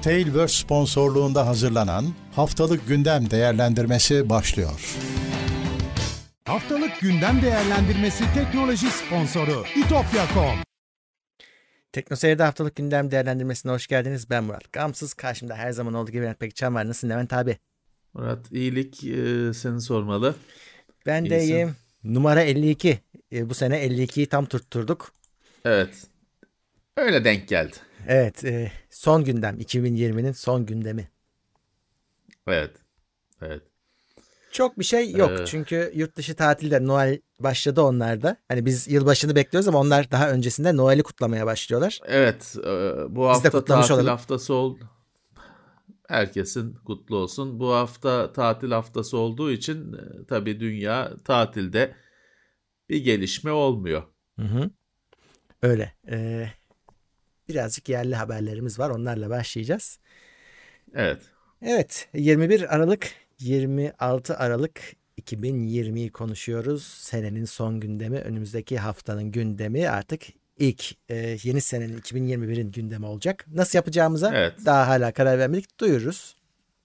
Tailverse sponsorluğunda hazırlanan Haftalık Gündem Değerlendirmesi başlıyor. Haftalık Gündem Değerlendirmesi teknoloji sponsoru itopya.com. Teknoseyir'de Haftalık Gündem Değerlendirmesi'ne hoş geldiniz. Ben Murat Gamsız. Karşımda her zaman olduğu gibi Levent Pekcan var. Nasılsın Levent abi? Murat iyilik, seni sormalı. Ben de iyiyim. Numara 52. Bu sene 52'yi tam tutturduk. Evet. Öyle denk geldi. Evet. Son gündem. 2020'nin son gündemi. Evet. Evet. Çok bir şey yok. Çünkü yurt dışı tatilde Noel başladı onlarda. Hani biz yılbaşını bekliyoruz ama onlar daha öncesinde Noel'i kutlamaya başlıyorlar. Evet. Bu hafta tatil olalım. haftası oldu. Herkesin kutlu olsun. Bu hafta tatil haftası olduğu için tabii dünya tatilde, bir gelişme olmuyor. Hı. Öyle. Birazcık yerli haberlerimiz var. Onlarla başlayacağız. Evet. Evet. 21 Aralık 26 Aralık 2020'yi konuşuyoruz. Senenin son gündemi, önümüzdeki haftanın gündemi artık ilk yeni senenin 2021'in gündemi olacak. Nasıl yapacağımıza daha hala karar vermedik. Duyururuz.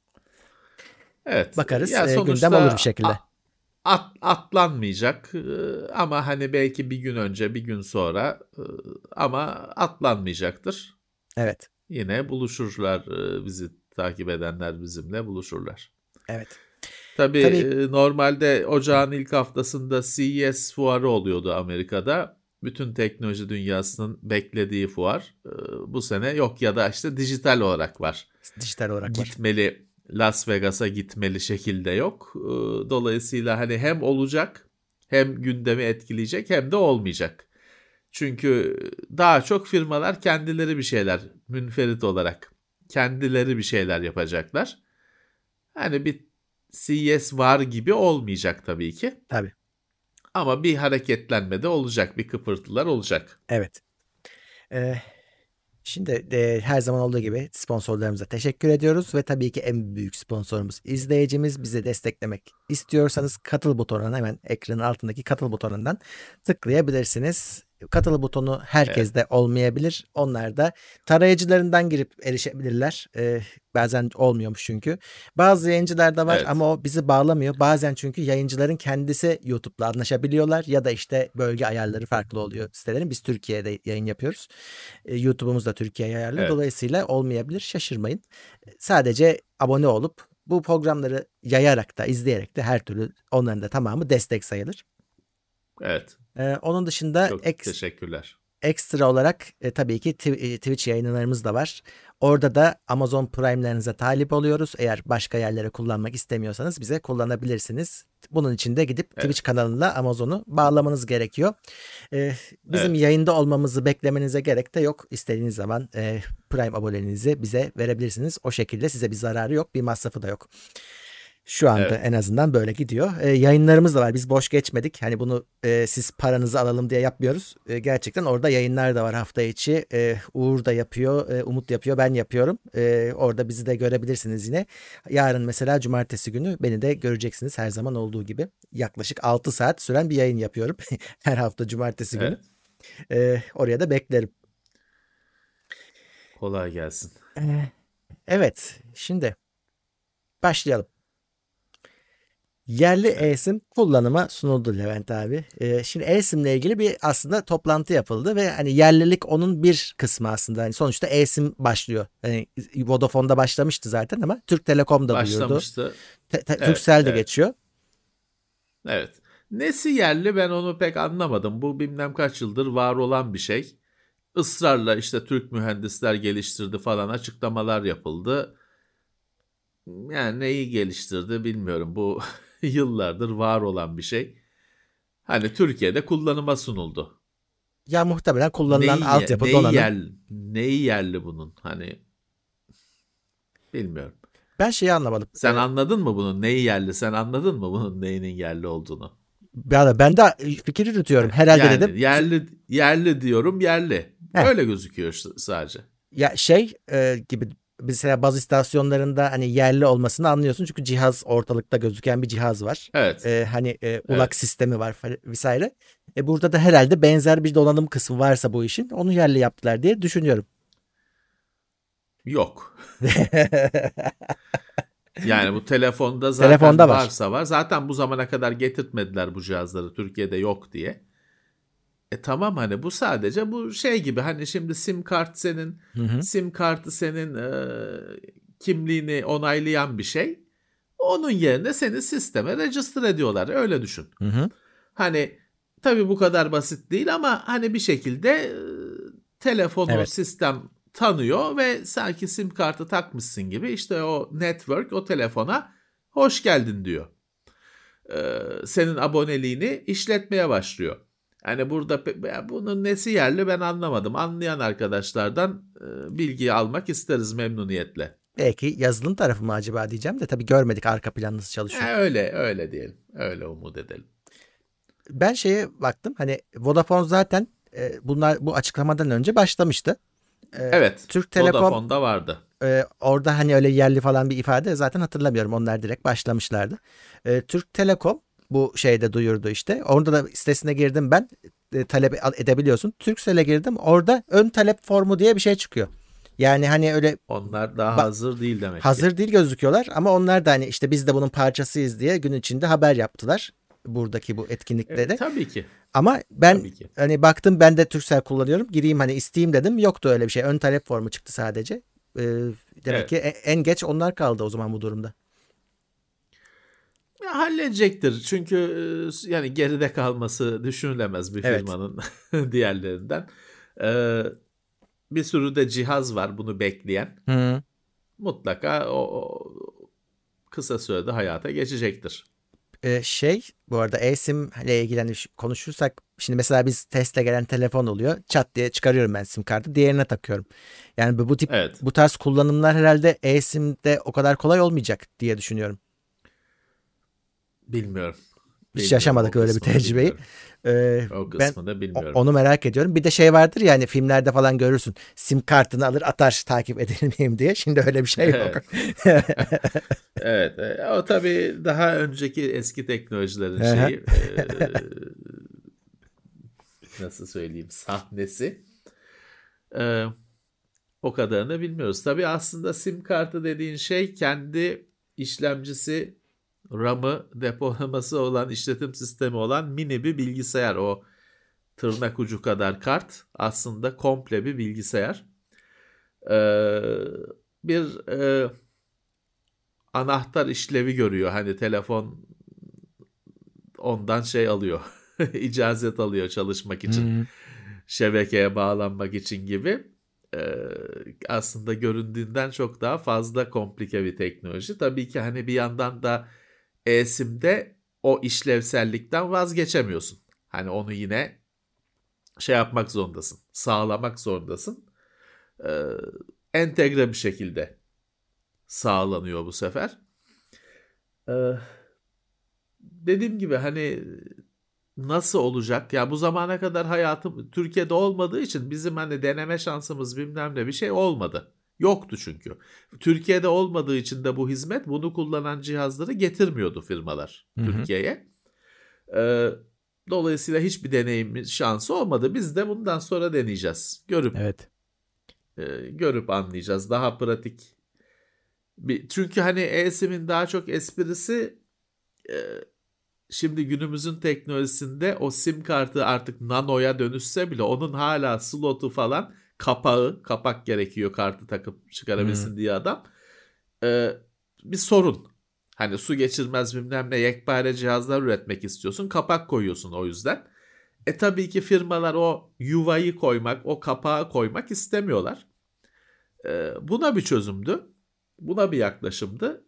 Evet. Bakarız. Gündem olur bir şekilde. Atlanmayacak ama hani belki bir gün önce, bir gün sonra ama atlanmayacaktır. Evet. Yine buluşurlar, bizi takip edenler bizimle buluşurlar. Evet. Tabii. Normalde ocağın ilk haftasında CES fuarı oluyordu Amerika'da. Bütün teknoloji dünyasının beklediği fuar. Bu sene yok ya da işte dijital olarak var. Dijital olarak gitmeli, Las Vegas'a gitmeli şekilde yok. Dolayısıyla hani hem olacak, hem gündemi etkileyecek, hem de olmayacak. Çünkü daha çok firmalar kendileri bir şeyler, münferit olarak kendileri bir şeyler yapacaklar. Hani bir CES var gibi olmayacak tabii ki. Tabii. Ama bir hareketlenme de olacak, bir kıpırtılar olacak. Evet. Şimdi her zaman olduğu gibi sponsorlarımıza teşekkür ediyoruz ve tabii ki en büyük sponsorumuz izleyicimiz. Bizi desteklemek istiyorsanız katıl butonuna, hemen ekranın altındaki katıl butonundan tıklayabilirsiniz. Katıl butonu herkeste olmayabilir. Onlar da tarayıcılarından girip erişebilirler. Bazen olmuyormuş çünkü. Bazı yayıncılarda var ama o bizi bağlamıyor. Bazen çünkü yayıncıların kendisi YouTube'la anlaşabiliyorlar ya da işte bölge ayarları farklı oluyor sitelerin. Biz Türkiye'de yayın yapıyoruz. YouTube'umuz da Türkiye'ye ayarlı. Dolayısıyla olmayabilir. Şaşırmayın. Sadece abone olup bu programları yayarak da, izleyerek de her türlü onların da tamamı destek sayılır. Evet. Onun dışında çok teşekkürler. Ekstra olarak tabii ki Twitch yayınlarımız da var. Orada da Amazon Prime'lerinize talip oluyoruz. Eğer başka yerlere kullanmak istemiyorsanız bize kullanabilirsiniz. Bunun için de gidip Twitch kanalına Amazon'u bağlamanız gerekiyor. Bizim yayında olmamızı beklemenize gerek de yok. İstediğiniz zaman Prime aboneliğinizi bize verebilirsiniz. O şekilde size bir zararı yok, bir masrafı da yok. Şu anda en azından böyle gidiyor. Yayınlarımız da var. Biz boş geçmedik. Hani bunu siz paranızı alalım diye yapmıyoruz. Gerçekten orada yayınlar da var hafta içi. Uğur da yapıyor, Umut yapıyor, ben yapıyorum. Orada bizi de görebilirsiniz yine. Yarın mesela cumartesi günü beni de göreceksiniz her zaman olduğu gibi. Yaklaşık 6 saat süren bir yayın yapıyorum. Her hafta cumartesi günü. Oraya da beklerim. Kolay gelsin. Evet, şimdi başlayalım. Yerli eSIM kullanıma sunuldu Levent abi. Şimdi eSIM ile ilgili bir aslında toplantı yapıldı ve hani yerlilik onun bir kısmı aslında. Yani sonuçta eSIM başlıyor. Hani Vodafone'da başlamıştı zaten ama Türk Telekom da duyurdu. Başlamıştı. Turkcell de geçiyor. Evet. Nesi yerli, ben onu pek anlamadım. Bu bilmem kaç yıldır var olan bir şey. Israrla işte Türk mühendisler geliştirdi falan açıklamalar yapıldı. Yani neyi geliştirdi bilmiyorum. Bu yıllardır var olan bir şey. Hani Türkiye'de kullanıma sunuldu. Ya muhtemelen kullanılan altyapı donanım. Neyi yerli bunun? Hani bilmiyorum. Ben şeyi anlamadım. Sen anladın mı bunun neyi yerli? Sen anladın mı bunun neyinin yerli olduğunu? Ben de fikir yürütüyorum. Herhalde yani, dedim. Yerli diyorum, yerli. Öyle gözüküyor sadece. Ya gibi mesela baz istasyonlarında hani yerli olmasını anlıyorsun çünkü cihaz ortalıkta gözüken bir cihaz var. Evet. ULAK sistemi var vesaire. Burada da herhalde benzer bir donanım kısmı varsa bu işin onu yerli yaptılar diye düşünüyorum. Yok. Yani bu telefonda zaten Telefonda var. varsa var. Zaten bu zamana kadar getirtmediler bu cihazları, Türkiye'de yok diye. Tamam, hani bu sadece bu şey gibi, hani şimdi sim kartı senin kimliğini onaylayan bir şey. Onun yerine seni sisteme register ediyorlar. Öyle düşün. Hı hı. Hani tabii bu kadar basit değil ama hani bir şekilde telefonu Evet. sistem tanıyor ve sanki sim kartı takmışsın gibi işte o network o telefona hoş geldin diyor. Senin aboneliğini işletmeye başlıyor. Yani burada bunun nesi yerli ben anlamadım. Anlayan arkadaşlardan bilgiyi almak isteriz memnuniyetle. Belki yazılım tarafı mı acaba diyeceğim de tabii görmedik arka plan nasıl çalışıyor. Öyle diyelim. Öyle umut edelim. Ben şeye baktım, hani Vodafone zaten bunlar bu açıklamadan önce başlamıştı. Evet. Türk Telekom Vodafone'da vardı. orada hani öyle yerli falan bir ifade zaten hatırlamıyorum. Onlar direkt başlamışlardı. Türk Telekom bu şeyde duyurdu işte. Orada da sitesine girdim ben. Talep edebiliyorsun. Turkcell'e girdim. Orada ön talep formu diye bir şey çıkıyor. Yani hani öyle Onlar daha hazır değil demek ki. hazır değil gözüküyorlar ama onlar da hani işte biz de bunun parçasıyız diye gün içinde haber yaptılar. Buradaki bu etkinlikte de. Tabii ki. Ama ben Tabii ki. hani baktım, ben de Turkcell kullanıyorum. Gireyim hani isteyeyim dedim. Yoktu öyle bir şey. Ön talep formu çıktı sadece. Demek ki en geç onlar kaldı o zaman bu durumda. Ya, halledecektir. Çünkü yani geride kalması düşünülemez bir Evet. firmanın diğerlerinden. Bir sürü de cihaz var bunu bekleyen. Hı. Mutlaka o kısa sürede hayata geçecektir. Bu arada eSIM ile ilgili hani konuşursak, şimdi mesela biz testle gelen telefon oluyor. Çat diye çıkarıyorum ben sim kartı, diğerine takıyorum. Yani bu tip Evet. bu tarz kullanımlar herhalde eSIM'de o kadar kolay olmayacak diye düşünüyorum. Bilmiyorum. Hiç yaşamadık O öyle bir kısmını tecrübeyi. O Ben kısmını da bilmiyorum. onu merak ediyorum. Bir de şey vardır ya, hani filmlerde falan görürsün. Sim kartını alır atar takip edilmeyeyim diye. Şimdi öyle bir şey yok. Evet. O tabii daha önceki eski teknolojilerin Aha. şeyi nasıl söyleyeyim, sahnesi. O kadarını bilmiyoruz. Tabii aslında sim kartı dediğin şey kendi işlemcisi, RAM'ı, depolaması olan, işletim sistemi olan mini bir bilgisayar. O tırnak ucu kadar kart aslında komple bir bilgisayar. Bir anahtar işlevi görüyor. Hani telefon ondan şey alıyor. icazet alıyor çalışmak için. Şebekeye bağlanmak için gibi. Aslında göründüğünden çok daha fazla komplike bir teknoloji. Tabii ki hani bir yandan da eSIM'de o işlevsellikten vazgeçemiyorsun. Hani onu yine şey yapmak zorundasın. Sağlamak zorundasın. Entegre bir şekilde sağlanıyor bu sefer. Dediğim gibi hani nasıl olacak? Ya bu zamana kadar hayatım Türkiye'de olmadığı için bizim hani deneme şansımız bilmem ne bir şey olmadı. Yoktu çünkü. Türkiye'de olmadığı için de bu hizmet, bunu kullanan cihazları getirmiyordu firmalar Türkiye'ye. Dolayısıyla hiçbir deneyim şansı olmadı. Biz de bundan sonra deneyeceğiz. Görüp anlayacağız. Daha pratik. Çünkü hani eSIM'in daha çok esprisi şimdi günümüzün teknolojisinde o sim kartı artık nanoya dönüşse bile onun hala slotu falan, kapak gerekiyor kartı takıp çıkarabilsin diye adam. Bir sorun. Hani su geçirmez bilmem ne yekpare cihazlar üretmek istiyorsun. Kapak koyuyorsun o yüzden. Tabii ki firmalar o yuvayı koymak, o kapağı koymak istemiyorlar. Buna bir çözümdü. Buna bir yaklaşımdı.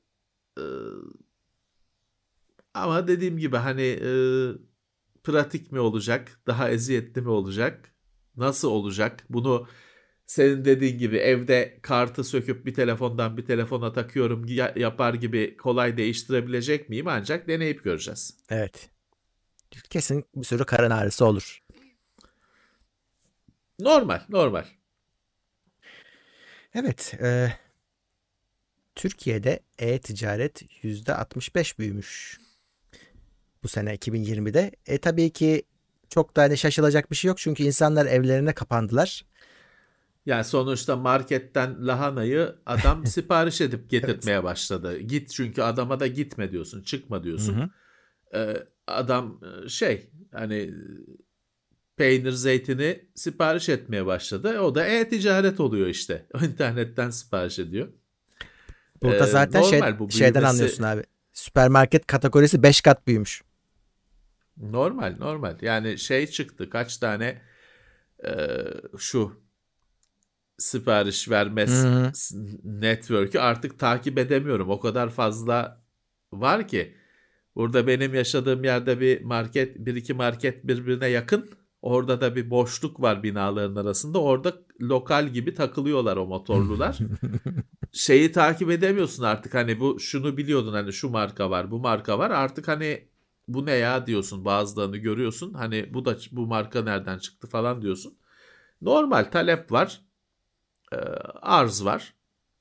Ama dediğim gibi hani pratik mi olacak, daha eziyetli mi olacak, nasıl olacak? Bunu senin dediğin gibi evde kartı söküp bir telefondan bir telefona takıyorum yapar gibi kolay değiştirebilecek miyim? Ancak deneyip göreceğiz. Evet. Kesin bir sürü karın ağrısı olur. Normal. Evet. Türkiye'de e-ticaret %65 büyümüş bu sene 2020'de. Tabii ki çok da hani şaşılacak bir şey yok çünkü insanlar evlerine kapandılar. Yani sonuçta marketten lahanayı adam sipariş edip getirtmeye başladı. Git, çünkü adama da gitme diyorsun, çıkma diyorsun. Hı hı. Adam hani peynir, zeytini sipariş etmeye başladı. O da e-ticaret oluyor işte. O internetten sipariş ediyor. Burada zaten Normal bu şeyden büyümesi. anlıyorsun abi. Süpermarket kategorisi 5 kat büyümüş. Normal. Yani çıktı, kaç tane şu sipariş verme Hı hı. network'ü artık takip edemiyorum. O kadar fazla var ki. Burada benim yaşadığım yerde bir iki market birbirine yakın. Orada da bir boşluk var binaların arasında. Orada lokal gibi takılıyorlar o motorlular. Takip edemiyorsun artık, hani şunu biliyordun, hani şu marka var, bu marka var. Artık hani bu ne ya diyorsun, bazılarını görüyorsun. Hani bu marka nereden çıktı falan diyorsun. Normal talep var. Arz var.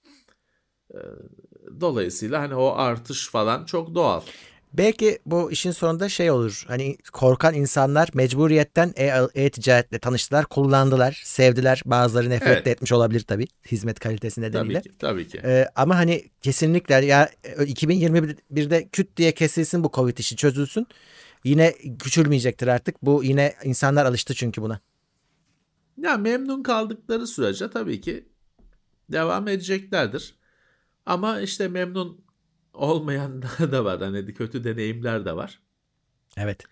Dolayısıyla hani o artış falan çok doğal. Belki bu işin sonunda olur. Hani korkan insanlar mecburiyetten e-ticaretle tanıştılar, kullandılar, sevdiler. Bazıları nefret Evet. de etmiş olabilir tabii, hizmet kalitesi nedeniyle. Tabii ki. Ama hani kesinlikle ya 2021'de küt diye kesilsin, bu Covid işi çözülsün. Yine küçülmeyecektir artık. Bu yine insanlar alıştı çünkü buna. Ya memnun kaldıkları sürece tabii ki devam edeceklerdir. Ama işte memnun olmayanlar da var. Hani kötü deneyimler de var. Evet.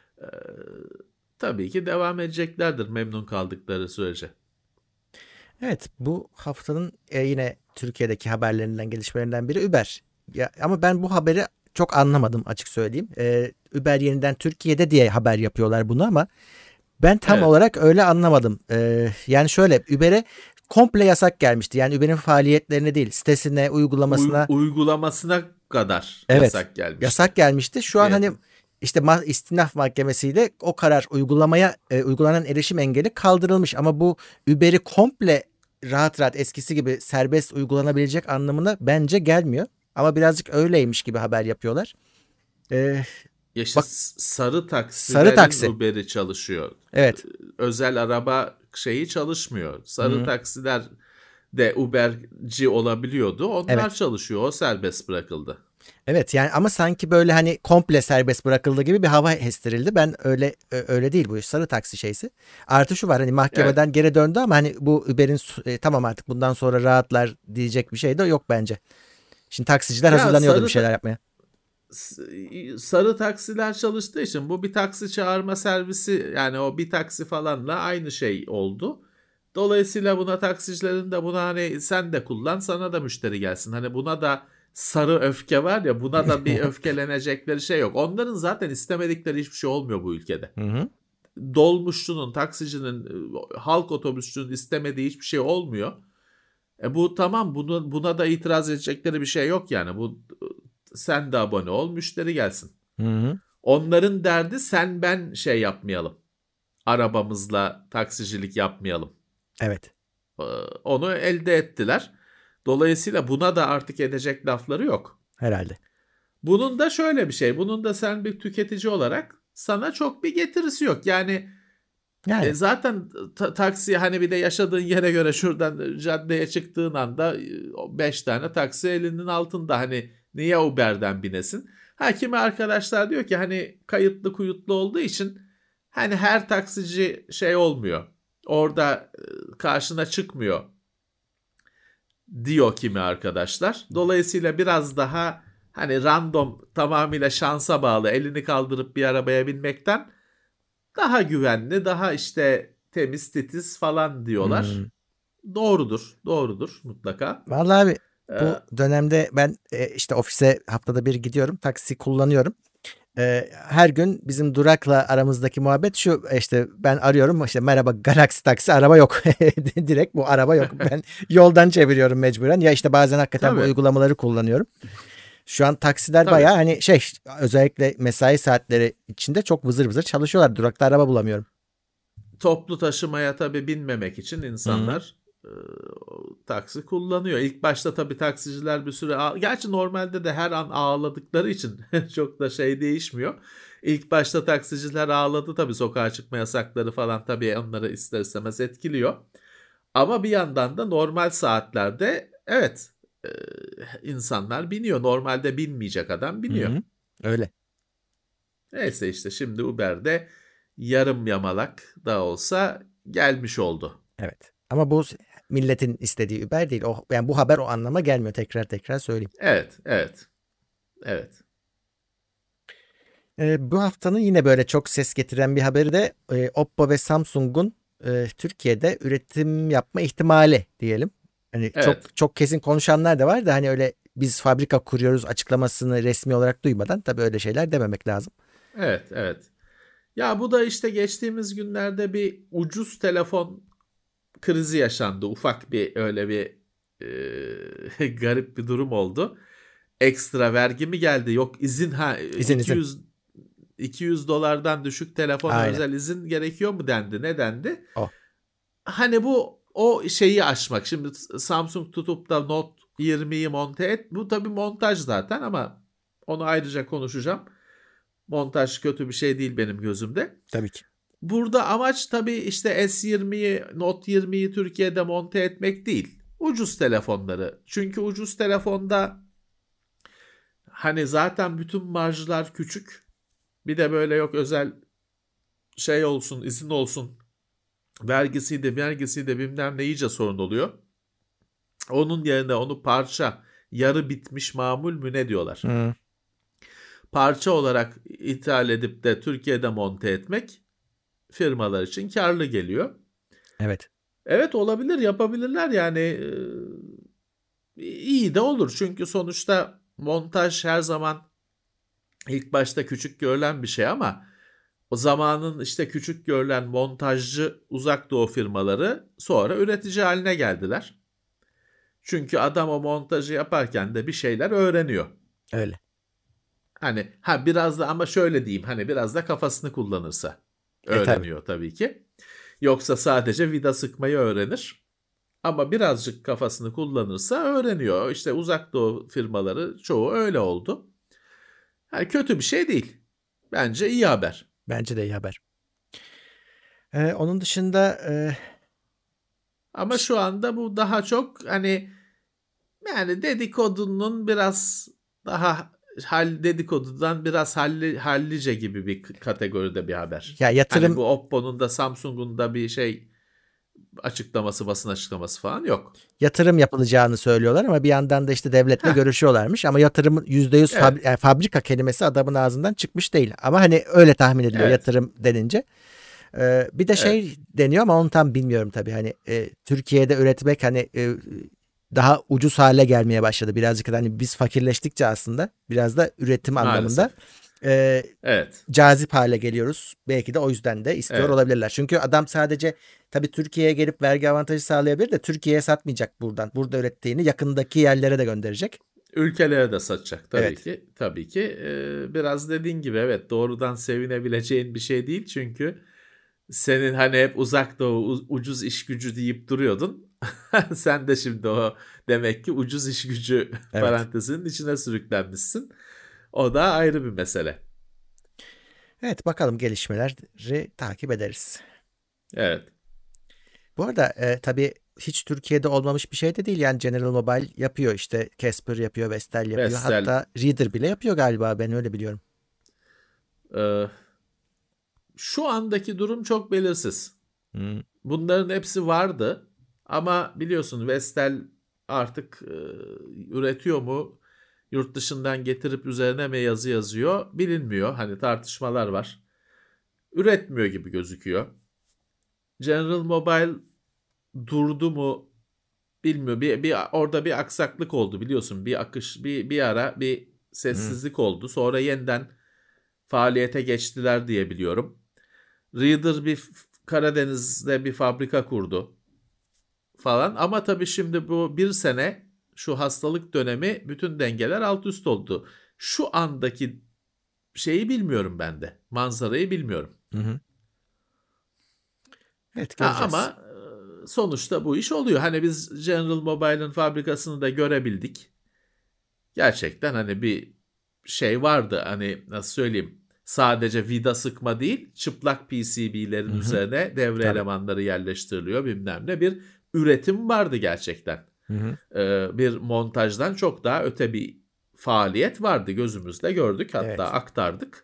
Tabii ki devam edeceklerdir memnun kaldıkları sürece. Evet, bu haftanın yine Türkiye'deki haberlerinden, gelişmelerinden biri Uber. Ya, ama ben bu haberi çok anlamadım, açık söyleyeyim. Uber yeniden Türkiye'de diye haber yapıyorlar bunu ama ben tam Evet. olarak öyle anlamadım. Yani şöyle, Uber'e komple yasak gelmişti. Yani Uber'in faaliyetlerine değil, sitesine, uygulamasına. Uygulamasına kadar Evet, yasak gelmişti. yasak gelmişti. Şu an Evet. hani işte istinaf mahkemesiyle o karar uygulanan erişim engeli kaldırılmış. Ama bu Uber'i komple rahat eskisi gibi serbest uygulanabilecek anlamına bence gelmiyor. Ama birazcık öyleymiş gibi haber yapıyorlar. İşte Bak, sarı sarı taksi. taksilerin Uber'i çalışıyor. Evet. Özel araba çalışmıyor. Sarı Hı-hı. taksiler de Uber'ci olabiliyordu. Onlar Evet. çalışıyor. O serbest bırakıldı. Evet, yani ama sanki böyle hani komple serbest bırakıldığı gibi bir hava estirildi. Ben öyle değil bu iş. Sarı taksi şeysi. Artı şu var, hani mahkemeden geri döndü ama hani bu Uber'in tamam artık bundan sonra rahatlar diyecek bir şey de yok bence. Şimdi taksiciler hazırlanıyordur bir şeyler yapmaya. Sarı taksiler çalıştığı için bu bir taksi çağırma servisi, yani o bir taksi falanla aynı şey oldu. Dolayısıyla taksicilerin de buna hani sen de kullan, sana da müşteri gelsin. Hani buna da sarı öfke var ya, buna da bir öfkelenecekleri şey yok. Onların zaten istemedikleri hiçbir şey olmuyor bu ülkede. Hı-hı. Dolmuşçunun, taksicinin, halk otobüsçünün istemediği hiçbir şey olmuyor. Bu tamam, buna da itiraz edecekleri bir şey yok yani. Sen de abone ol, müşteri gelsin. Hı-hı. Onların derdi sen ben yapmayalım. Arabamızla taksicilik yapmayalım. Evet. Onu elde ettiler. Dolayısıyla buna da artık edecek lafları yok. Herhalde. Bunun da şöyle bir şey. Bunun da sen bir tüketici olarak sana çok bir getirisi yok. Yani zaten taksi, hani bir de yaşadığın yere göre şuradan caddeye çıktığın anda 5 tane taksi elinin altında. Hani niye Uber'den binesin? Kimi arkadaşlar diyor ki hani kayıtlı kuyutlu olduğu için hani her taksici olmuyor. Orada karşına çıkmıyor diyor kimi arkadaşlar. Dolayısıyla biraz daha hani random, tamamıyla şansa bağlı, elini kaldırıp bir arabaya binmekten daha güvenli, daha temiz, titiz falan diyorlar. Doğrudur mutlaka. Vallahi abi, bu dönemde ben işte ofise haftada bir gidiyorum, taksi kullanıyorum. Her gün bizim durakla aramızdaki muhabbet şu: işte ben arıyorum, merhaba Galaxy taksi, araba yok. Direkt bu araba yok. Ben yoldan çeviriyorum mecburen. Ya bazen hakikaten bu uygulamaları kullanıyorum. Şu an taksiler bayağı hani özellikle mesai saatleri içinde çok vızır vızır çalışıyorlar. Durakta araba bulamıyorum. Toplu taşımaya binmemek için insanlar taksi kullanıyor. İlk başta taksiciler bir süre, gerçi normalde de her an ağladıkları için çok da değişmiyor. İlk başta taksiciler ağladı sokağa çıkma yasakları falan onları ister istemez etkiliyor. Ama bir yandan da normal saatlerde evet insanlar biniyor. Normalde binmeyecek adam biniyor. Hı hı. Öyle. Neyse işte şimdi Uber'de yarım yamalak da olsa gelmiş oldu. Evet. Ama bu milletin istediği Uber değil. Yani bu haber o anlama gelmiyor. Tekrar söyleyeyim. Evet, evet, evet. Bu haftanın yine böyle çok ses getiren bir haberi de Oppo ve Samsung'un Türkiye'de üretim yapma ihtimali diyelim. Hani Evet. çok kesin konuşanlar da var da hani öyle biz fabrika kuruyoruz açıklamasını resmi olarak duymadan tabii öyle şeyler dememek lazım. Evet, evet. Ya bu da işte geçtiğimiz günlerde bir ucuz telefon krizi yaşandı. Ufak bir öyle bir garip bir durum oldu. Ekstra vergi mi geldi? Yok izin İzin. 200 dolardan düşük telefona Aynen. özel izin gerekiyor mu dendi? Ne dendi? O. Hani bu o şeyi aşmak. Şimdi Samsung tutup da Note 20'yi monte et. Bu tabii montaj zaten ama onu ayrıca konuşacağım. Montaj kötü bir şey değil benim gözümde. Tabii ki. Burada amaç tabii işte S20'yi, Note 20'yi Türkiye'de monte etmek değil. Ucuz telefonları. Çünkü ucuz telefonda hani zaten bütün marjlar küçük. Bir de böyle yok özel şey olsun, izin olsun. Vergisiydi bilmem ne iyice sorun oluyor. Onun yerine onu parça, yarı bitmiş mamul mü ne diyorlar. Hı. Parça olarak ithal edip de Türkiye'de monte etmek firmalar için karlı geliyor. Evet. Evet olabilir, yapabilirler yani iyi de olur. Çünkü sonuçta montaj her zaman ilk başta küçük görülen bir şey ama o zamanın işte küçük görülen montajcı uzak doğu firmaları sonra üretici haline geldiler. Çünkü adam o montajı yaparken de bir şeyler öğreniyor. Öyle. Hani biraz da ama şöyle diyeyim hani biraz da kafasını kullanırsa öğreniyor tabii ki. Yoksa sadece vida sıkmayı öğrenir. Ama birazcık kafasını kullanırsa öğreniyor. İşte uzak doğu firmaları çoğu öyle oldu. Yani kötü bir şey değil. Bence iyi haber. Bence de iyi haber. Onun dışında Ama şu anda bu daha çok hani yani dedikodunun biraz daha dedikodudan biraz hallice gibi bir kategoride bir haber. ya yatırım Hani bu Oppo'nun da Samsung'un da bir şey açıklaması, basın açıklaması falan yok. yatırım yapılacağını söylüyorlar ama bir yandan da işte devletle görüşüyorlarmış ama yatırımın %100 Evet. yani fabrika kelimesi adamın ağzından çıkmış değil. Ama hani öyle tahmin ediliyor Evet. yatırım denince. Bir de şey deniyor ama onu tam bilmiyorum tabii. Hani Türkiye'de üretmek hani daha ucuz hale gelmeye başladı. Birazcık hani biz fakirleştikçe aslında biraz da üretim anlamında Evet. cazip hale geliyoruz. Belki de o yüzden de istiyor olabilirler. Çünkü adam sadece tabii Türkiye'ye gelip vergi avantajı sağlayabilir de Türkiye'ye satmayacak buradan. Burada ürettiğini yakındaki yerlere de gönderecek. Ülkelere de satacak tabii Evet. ki. Tabii ki. Biraz dediğin gibi evet doğrudan sevinebileceğin bir şey değil. Çünkü senin hani hep uzak doğu ucuz iş gücü deyip duruyordun. Sen de şimdi o demek ki ucuz iş gücü parantezinin içine sürüklenmişsin. O da ayrı bir mesele. Evet bakalım gelişmeleri takip ederiz. Evet. Bu arada tabii hiç Türkiye'de olmamış bir şey de değil. Yani General Mobile yapıyor işte. Casper yapıyor, Vestel yapıyor. Vestel. Hatta Reader bile yapıyor galiba. Ben öyle biliyorum. Şu andaki durum çok belirsiz. Hmm. Bunların hepsi vardı ama biliyorsun Vestel artık üretiyor mu? Yurt dışından getirip üzerine mi yazı yazıyor? Bilinmiyor. Hani tartışmalar var. Üretmiyor gibi gözüküyor. General Mobile durdu mu bilmiyor. Orada bir aksaklık oldu biliyorsun. Bir akış bir ara bir sessizlik oldu. Sonra yeniden faaliyete geçtiler diye biliyorum. Reader Karadeniz'de bir fabrika kurdu falan. Ama tabii şimdi bu bir sene şu hastalık dönemi bütün dengeler alt üst oldu. Şu andaki şeyi bilmiyorum ben de. Manzarayı bilmiyorum. Hı. Evet göreceğiz. Ama sonuçta bu iş oluyor. Hani biz General Mobile'ın fabrikasını da görebildik. Gerçekten hani bir şey vardı. Hani nasıl söyleyeyim? Sadece vida sıkma değil, çıplak PCB'lerin üzerine devre elemanları yerleştiriliyor bilmem ne. Bir üretim vardı gerçekten. Hı hı. Bir montajdan çok daha öte bir faaliyet vardı. Gözümüzle gördük, hatta Evet. aktardık.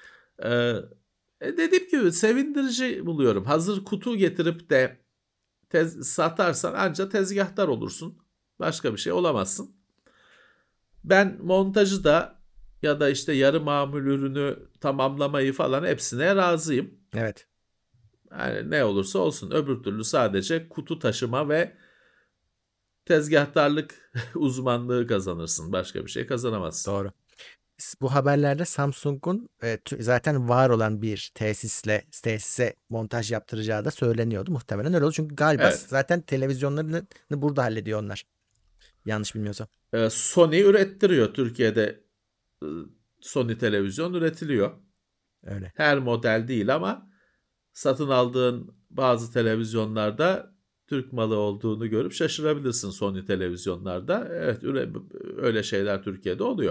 Dediğim gibi sevindirici buluyorum. Hazır kutu getirip de satarsan anca tezgahtar olursun. Başka bir şey olamazsın. Ben montajı da ya da işte yarı mamul ürünü tamamlamayı falan hepsine razıyım. Evet. Yani ne olursa olsun. Öbür türlü sadece kutu taşıma ve tezgahtarlık uzmanlığı kazanırsın. Başka bir şey kazanamazsın. Doğru. Bu haberlerde Samsung'un zaten var olan bir tesise montaj yaptıracağı da söyleniyordu. Muhtemelen öyle oldu. Çünkü galiba Evet. zaten televizyonlarını burada hallediyor onlar. Yanlış bilmiyorsam. Sony ürettiriyor. Türkiye'de Sony televizyon üretiliyor. Öyle. Her model değil ama satın aldığın bazı televizyonlarda Türk malı olduğunu görüp şaşırabilirsin Sony televizyonlarda. Evet, öyle şeyler Türkiye'de oluyor.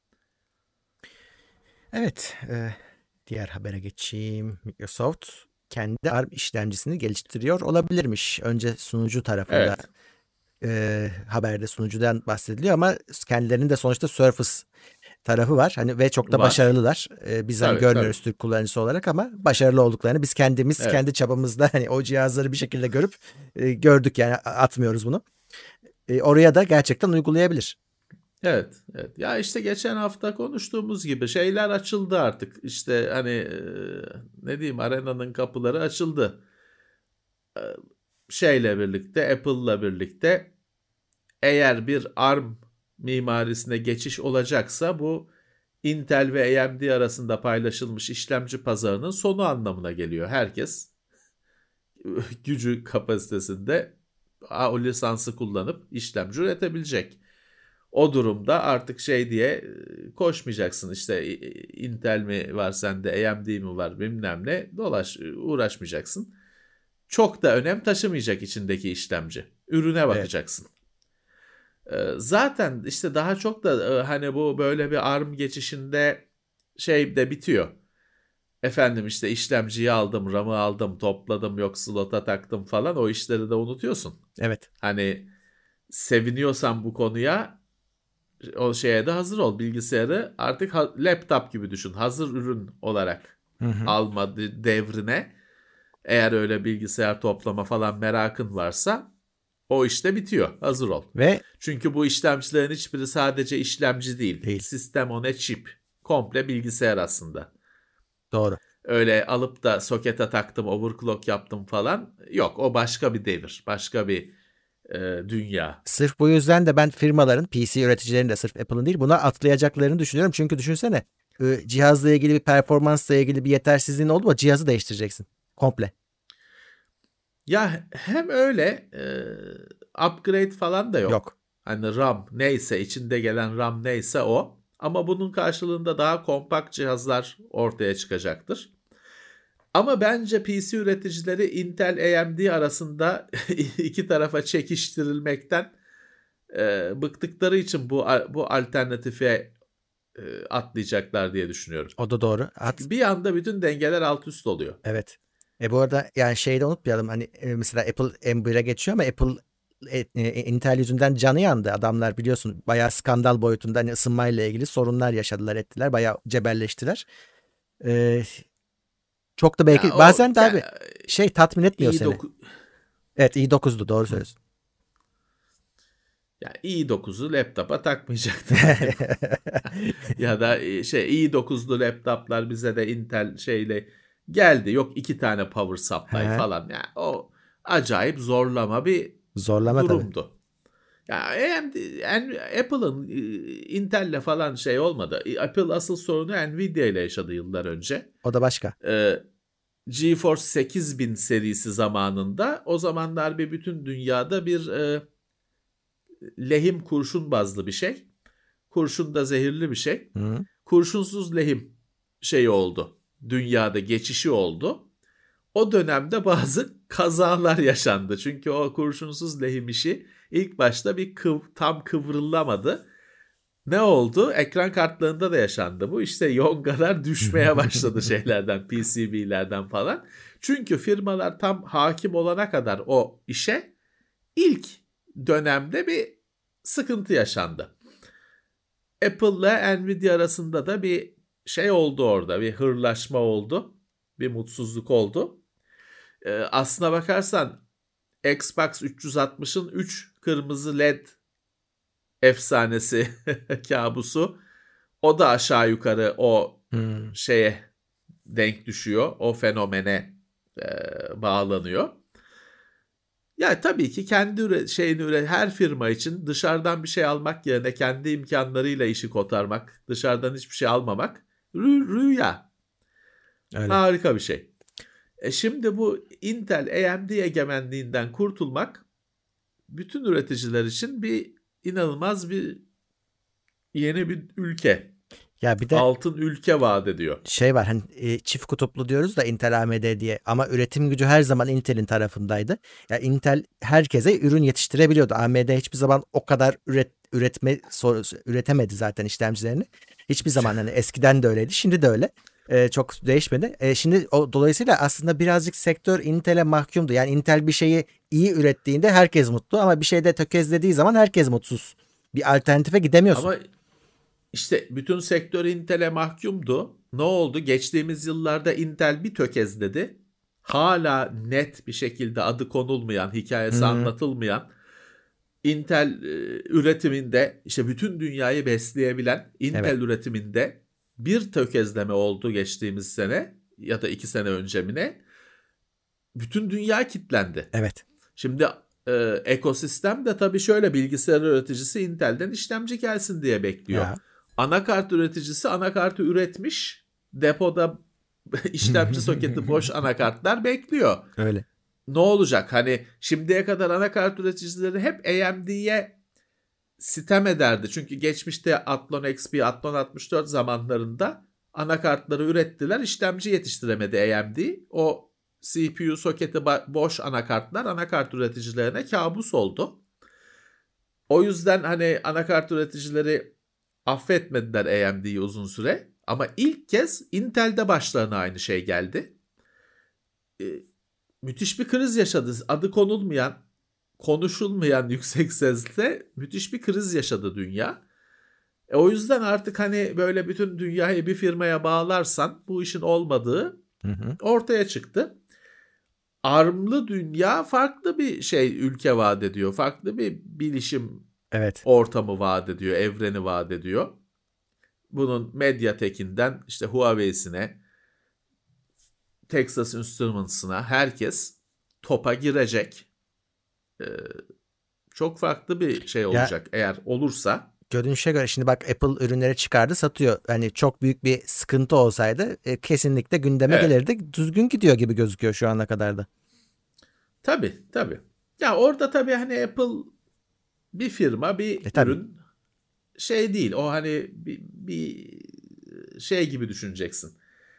Evet. Diğer habere geçeyim. Microsoft kendi ARM işlemcisini geliştiriyor olabilirmiş. Önce sunucu tarafında haberde sunucudan bahsediliyor ama kendilerinin de sonuçta Surface tarafı var. Hani ve çok da Var. başarılılar. Biz hani Tabii, görmüyoruz Türk kullanıcısı olarak ama başarılı olduklarını biz kendimiz kendi çabamızda hani o cihazları bir şekilde görüp gördük, yani atmıyoruz bunu. Oraya da gerçekten uygulayabilir. Evet. Ya işte geçen hafta konuştuğumuz gibi şeyler açıldı artık. İşte hani ne diyeyim, arenanın kapıları açıldı. Şeyle birlikte, Apple'la birlikte eğer bir ARM mimarisine geçiş olacaksa bu Intel ve AMD arasında paylaşılmış işlemci pazarının sonu anlamına geliyor. Herkes gücü kapasitesinde o lisansı kullanıp işlemci üretebilecek. O durumda artık şey diye koşmayacaksın, işte Intel mi var sende, AMD mi var bilmem ne, uğraşmayacaksın. Çok da önem taşımayacak içindeki işlemci. Ürüne bakacaksın. Zaten işte daha çok da hani bu böyle bir ARM geçişinde şey de bitiyor. Efendim işte işlemciyi aldım, RAM'ı aldım, topladım, yok slota taktım falan, o işleri de unutuyorsun. Evet. Hani seviniyorsan bu konuya, o şeye de hazır ol. Bilgisayarı artık laptop gibi düşün. Hazır ürün olarak alma devrine. Eğer öyle bilgisayar toplama falan merakın varsa o işte bitiyor. Hazır ol. Çünkü bu işlemcilerin hiçbiri sadece işlemci değil. Sistem on a chip. Komple bilgisayar aslında. Doğru. Öyle alıp da sokete taktım, overclock yaptım falan. Yok, o başka bir devir. Başka bir dünya. Sırf bu yüzden de ben firmaların, PC üreticilerinin de, sırf Apple'ın değil, buna atlayacaklarını düşünüyorum. Çünkü düşünsene, cihazla ilgili bir performansla ilgili bir yetersizliğin oldu mu cihazı değiştireceksin. Komple. Ya hem öyle upgrade falan da yok. Hani RAM neyse, içinde gelen RAM neyse o. Ama bunun karşılığında daha kompakt cihazlar ortaya çıkacaktır. Ama bence PC üreticileri Intel AMD arasında iki tarafa çekiştirilmekten bıktıkları için bu alternatife atlayacaklar diye düşünüyorum. O da doğru. Bir anda bütün dengeler alt üst oluyor. Evet. Bu arada yani şeyi de unutmayalım, hani mesela Apple M1'e geçiyor ama Apple Intel yüzünden canı yandı. Adamlar biliyorsun bayağı skandal boyutunda, hani ısınmayla ilgili sorunlar yaşadılar, ettiler. Bayağı cebelleştiler. Çok da belki ya bazen de abi tatmin etmiyor seni. Evet, i9'du, doğru söylüyorsun. Ya i9'u laptopa takmayacaktım. Ya da i9'lu laptoplar bize de Intel şeyle geldi. Yok 2 tane power supply falan. Yani o acayip zorlama bir durumdu. Tabii. Ya Apple'ın Intel'le falan şey olmadı. Apple asıl sorunu Nvidia ile yaşadı yıllar önce. O da başka. GeForce 8000 serisi zamanında, o zamanlar bir bütün dünyada bir lehim kurşun bazlı bir şey. Kurşun da zehirli bir şey. Hı. Kurşunsuz lehim şeyi oldu. Dünyada geçişi oldu. O dönemde bazı kazalar yaşandı. Çünkü o kurşunsuz lehim işi ilk başta tam kıvrılamadı. Ne oldu? Ekran kartlarında da yaşandı bu. İşte yongalar düşmeye başladı şeylerden, PCB'lerden falan. Çünkü firmalar tam hakim olana kadar o işe ilk dönemde bir sıkıntı yaşandı. Apple'la Nvidia arasında da bir şey oldu orada. Bir hırlaşma oldu. Bir mutsuzluk oldu. Aslına bakarsan Xbox 360'ın 3 kırmızı LED efsanesi kabusu, o da aşağı yukarı o şeye denk düşüyor. O fenomene bağlanıyor. Ya tabii ki kendi her firma için dışarıdan bir şey almak yerine kendi imkanlarıyla işi kotarmak, dışarıdan hiçbir şey almamak rüya. Öyle. Harika bir şey. Şimdi bu Intel AMD egemenliğinden kurtulmak bütün üreticiler için inanılmaz bir yeni bir ülke. Ya bir de altın ülke vaat ediyor. şey var, hani çift kutuplu diyoruz da Intel AMD diye, ama üretim gücü her zaman Intel'in tarafındaydı. Ya Intel herkese ürün yetiştirebiliyordu. AMD hiçbir zaman o kadar üretemedi zaten işlemcilerini. Hiçbir zaman, hani eskiden de öyleydi, şimdi de öyle. Çok değişmedi. Şimdi dolayısıyla aslında birazcık sektör Intel'e mahkumdu. Yani Intel bir şeyi iyi ürettiğinde herkes mutlu, ama bir şeyde tökezlediği zaman herkes mutsuz. Bir alternatife gidemiyorsun. Ama işte bütün sektör Intel'e mahkumdu. Ne oldu? Geçtiğimiz yıllarda Intel bir tökezledi. Hala net bir şekilde adı konulmayan, hikayesi anlatılmayan, Intel üretiminde işte bütün dünyayı besleyebilen Intel üretiminde bir tökezleme oldu geçtiğimiz sene ya da 2 sene önce mi ne? Bütün dünya kilitlendi. Evet. Şimdi ekosistem de tabii şöyle, bilgisayar üreticisi Intel'den işlemci gelsin diye bekliyor. Ya. Anakart üreticisi anakartı üretmiş, depoda işlemci soketi boş anakartlar bekliyor. Öyle. Ne olacak? Hani şimdiye kadar anakart üreticileri hep AMD'ye sitem ederdi. Çünkü geçmişte Athlon XP, Athlon 64 zamanlarında anakartları ürettiler, işlemci yetiştiremedi AMD. O CPU soketi boş anakartlar anakart üreticilerine kabus oldu. O yüzden hani anakart üreticileri affetmediler AMD'yi uzun süre. Ama ilk kez Intel'de başlarına aynı şey geldi. Müthiş bir kriz yaşadı. Adı konulmayan, konuşulmayan yüksek sesle müthiş bir kriz yaşadı dünya. O yüzden artık hani böyle bütün dünyayı bir firmaya bağlarsan bu işin olmadığı ortaya çıktı. ARM'lı dünya farklı bir ülke vaat ediyor. Farklı bir bilişim ortamı vaat ediyor, evreni vaat ediyor. Bunun Mediatek'inden işte Huawei'sine, Texas Instruments'ına herkes topa girecek. Çok farklı bir şey olacak eğer olursa. Görünüşe göre şimdi bak, Apple ürünleri çıkardı, satıyor. Hani çok büyük bir sıkıntı olsaydı kesinlikle gündeme gelirdi. Düzgün gidiyor gibi gözüküyor şu ana kadar da. Tabii. Ya orada tabii hani Apple bir firma, bir ürün değil. O hani bir şey gibi düşüneceksin.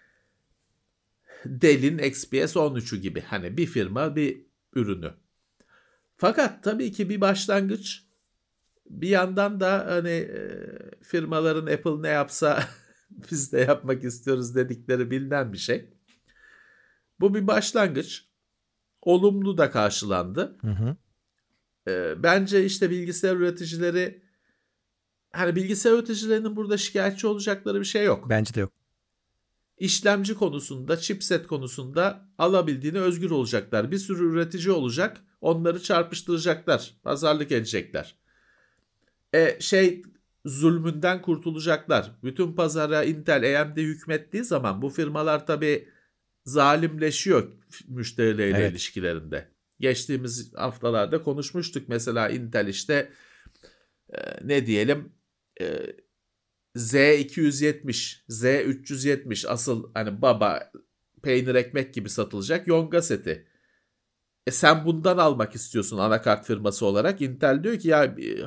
Dell'in XPS 13'ü gibi. Hani bir firma, bir ürünü. Fakat tabii ki bir başlangıç. Bir yandan da hani firmaların Apple ne yapsa biz de yapmak istiyoruz dedikleri bilinen bir şey. Bu bir başlangıç. Olumlu da karşılandı. Bence işte bilgisayar üreticileri, hani bilgisayar üreticilerinin burada şikayetçi olacakları bir şey yok. Bence de yok. İşlemci konusunda, chipset konusunda alabildiğine özgür olacaklar. Bir sürü üretici olacak. Onları çarpıştıracaklar. Pazarlık edecekler. Zulmünden kurtulacaklar. Bütün pazara Intel, AMD hükmettiği zaman bu firmalar tabii zalimleşiyor müşterileriyle ilişkilerinde. Geçtiğimiz haftalarda konuşmuştuk. Mesela Intel işte ne diyelim Z270, Z370 asıl hani baba peynir ekmek gibi satılacak yonga seti. Sen bundan almak istiyorsun anakart firması olarak. Intel diyor ki ya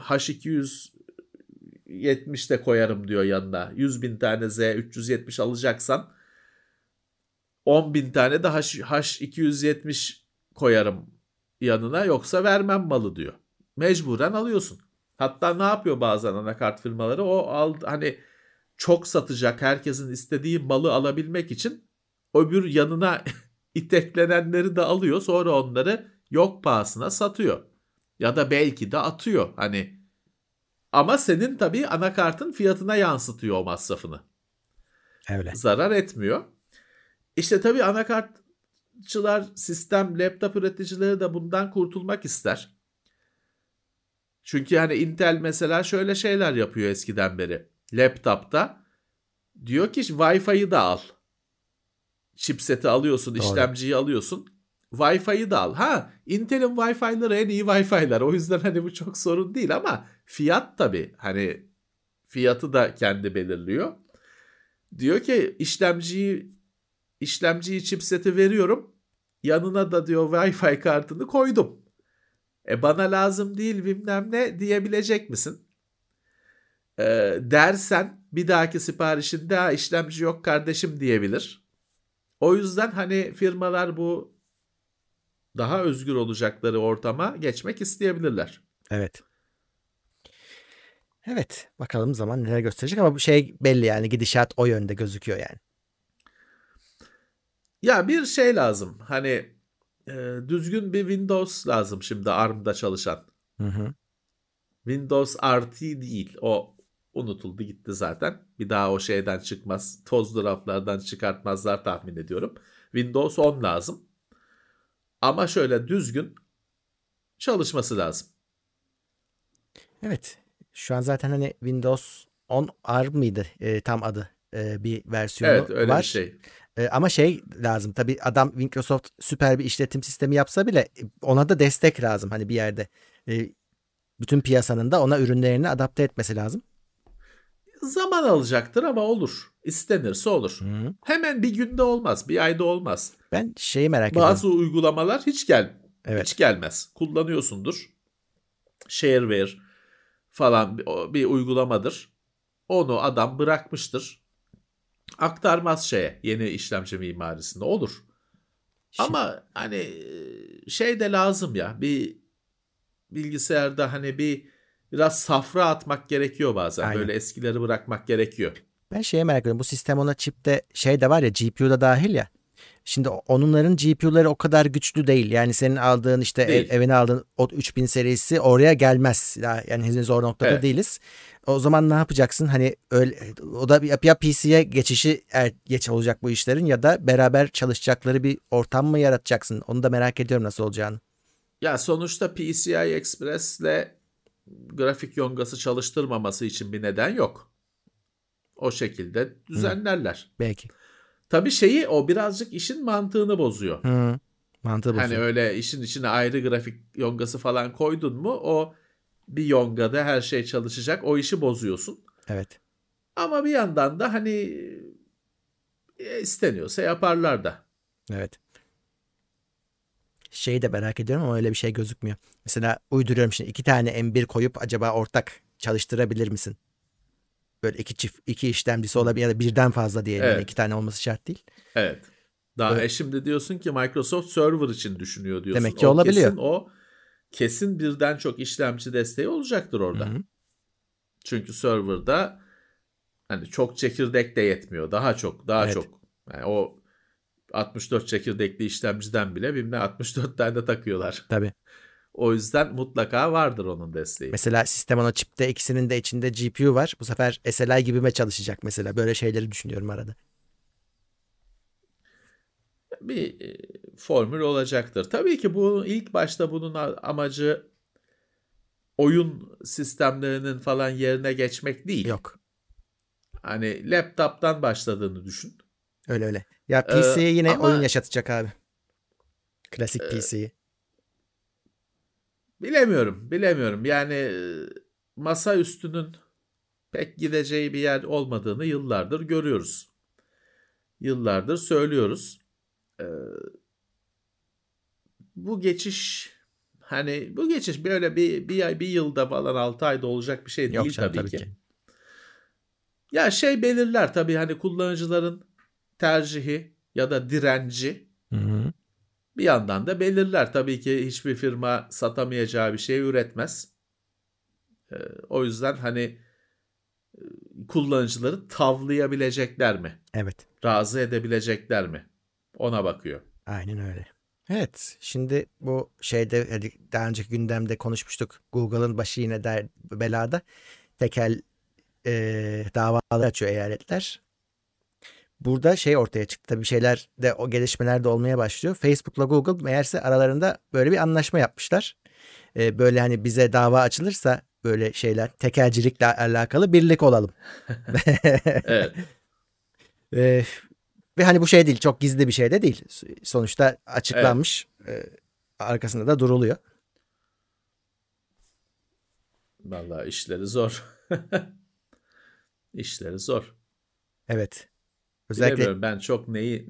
H270 de koyarım diyor yanına. 100.000 tane Z370 alacaksan 10.000 tane de H270 koyarım yanına, yoksa vermem malı diyor. Mecburen alıyorsun. Hatta ne yapıyor bazen anakart firmaları? Hani çok satacak, herkesin istediği malı alabilmek için öbür yanına iteklenenleri de alıyor. Sonra onları yok pahasına satıyor. Ya da belki de atıyor hani. Ama senin tabii anakartın fiyatına yansıtıyor o masrafını. Öyle. Zarar etmiyor. İşte tabii anakartçılar, sistem, laptop üreticileri de bundan kurtulmak ister. Çünkü hani Intel mesela şöyle şeyler yapıyor eskiden beri. Laptop'ta diyor ki Wi-Fi'yi de al. Chipset'i alıyorsun, Doğru. işlemciyi alıyorsun. Wi-Fi'yi de al. Intel'in Wi-Fi'ları en iyi Wi-Fi'lar. O yüzden hani bu çok sorun değil ama fiyat tabii. Hani fiyatı da kendi belirliyor. Diyor ki işlemciyi chipset'i veriyorum. Yanına da diyor Wi-Fi kartını koydum. Bana lazım değil bilmem ne diyebilecek misin? Dersen bir dahaki siparişinde işlemci yok kardeşim diyebilir. O yüzden hani firmalar bu daha özgür olacakları ortama geçmek isteyebilirler. Evet. Evet. Bakalım zaman neler gösterecek ama bu şey belli yani gidişat o yönde gözüküyor yani. Ya bir şey lazım. Hani düzgün bir Windows lazım şimdi ARM'da çalışan. Hı hı. Windows RT değil. O unutuldu gitti zaten. Bir daha o şeyden çıkmaz. Tozlu raflardan çıkartmazlar tahmin ediyorum. Windows 10 lazım. Ama şöyle düzgün çalışması lazım. Evet. Şu an zaten hani Windows 10 ARM mıydı tam adı? Bir versiyonu Evet öyle var. bir şey. Ama şey lazım tabii adam Microsoft süper bir işletim sistemi yapsa bile ona da destek lazım hani bir yerde. Bütün piyasanın da ona ürünlerini adapte etmesi lazım. Zaman alacaktır ama olur. İstenirse olur. Hı. Hemen bir günde olmaz, bir ayda olmaz. Ben şeyi merak Bazı ediyorum. uygulamalar hiç Evet. hiç gelmez. Kullanıyorsundur. Shareware falan bir uygulamadır. Onu adam bırakmıştır. Aktarmaz yeni işlemci mimarisinde olur. Ama hani şey de lazım ya bir bilgisayarda hani biraz safra atmak gerekiyor bazen. Aynen. Böyle eskileri bırakmak gerekiyor. Ben şeye merak ediyorum. Bu sistem ona chipte şey de var ya GPU'da dahil ya. Şimdi onların GPU'ları o kadar güçlü değil. Yani senin aldığın işte Değil. evine aldığın o 3000 serisi oraya gelmez. Yani henüz o noktada Evet. değiliz. O zaman ne yapacaksın? Hani öyle o da ya PC'ye geçişi geç olacak bu işlerin ya da beraber çalışacakları bir ortam mı yaratacaksın? Onu da merak ediyorum nasıl olacağını. Ya sonuçta PCI Express'le grafik yongası çalıştırmaması için bir neden yok. O şekilde düzenlerler. Belki. Tabii o birazcık işin mantığını bozuyor. Mantığı Hani bozuyor. öyle işin içine ayrı grafik yongası falan koydun mu o bir yongada her şey çalışacak. O işi bozuyorsun. Evet. Ama bir yandan da hani isteniyorsa yaparlar da. Evet. Şeyi de merak ediyorum ama öyle bir şey gözükmüyor. Mesela uyduruyorum şimdi 2 tane M1 koyup acaba ortak çalıştırabilir misin? Böyle iki işlemcisi olabilir ya da birden fazla diyelim. Evet. Yani 2 tane olması şart değil. Evet. Daha Evet. şimdi diyorsun ki Microsoft Server için düşünüyor diyorsun. Demek ki olabiliyor. Kesin birden çok işlemci desteği olacaktır orada. Hı-hı. Çünkü server'da hani çok çekirdek de yetmiyor. Daha çok. Evet. Yani o 64 çekirdekli işlemciden bile bilmem 64 tane de takıyorlar. Tabii. O yüzden mutlaka vardır onun desteği. Mesela sistem ona çipte ikisinin de içinde GPU var. Bu sefer SLI gibi mi çalışacak mesela? Böyle şeyleri düşünüyorum arada. Bir formül olacaktır. Tabii ki ilk başta bunun amacı oyun sistemlerinin falan yerine geçmek değil. Yok. Hani laptop'tan başladığını düşün. Öyle. Ya PC'ye yine ama- oyun yaşatacak abi. Klasik PC'yi. Bilemiyorum. Yani masa üstünün pek gideceği bir yer olmadığını yıllardır görüyoruz. Yıllardır söylüyoruz. Bu geçiş böyle bir ay bir yılda falan 6 ayda olacak bir şey Yok değil canım, tabii tabii ki. ki. Ya belirler tabii hani kullanıcıların tercihi ya da direnci Hı-hı. bir yandan da belirler. Tabii ki hiçbir firma satamayacağı bir şey üretmez. O yüzden hani kullanıcıları tavlayabilecekler mi? Evet. Razı edebilecekler mi? Ona bakıyor. Aynen öyle. Evet, şimdi bu şeyde hani daha önceki gündemde konuşmuştuk. Google'ın başı yine belada. Tekel davaları açıyor eyaletler. Burada şey ortaya çıktı. Tabii şeyler de o gelişmeler de olmaya başlıyor. Facebook'la Google meğerse aralarında böyle bir anlaşma yapmışlar. Böyle hani bize dava açılırsa böyle şeyler tekelcilikle alakalı birlik olalım. Evet. Ee, Ve hani bu şey değil, çok gizli bir şey de değil. Sonuçta Evet. açıklanmış. Arkasında da duruluyor. Vallahi işleri zor. İşleri zor. Evet. Özellikle Bilemiyorum, ben çok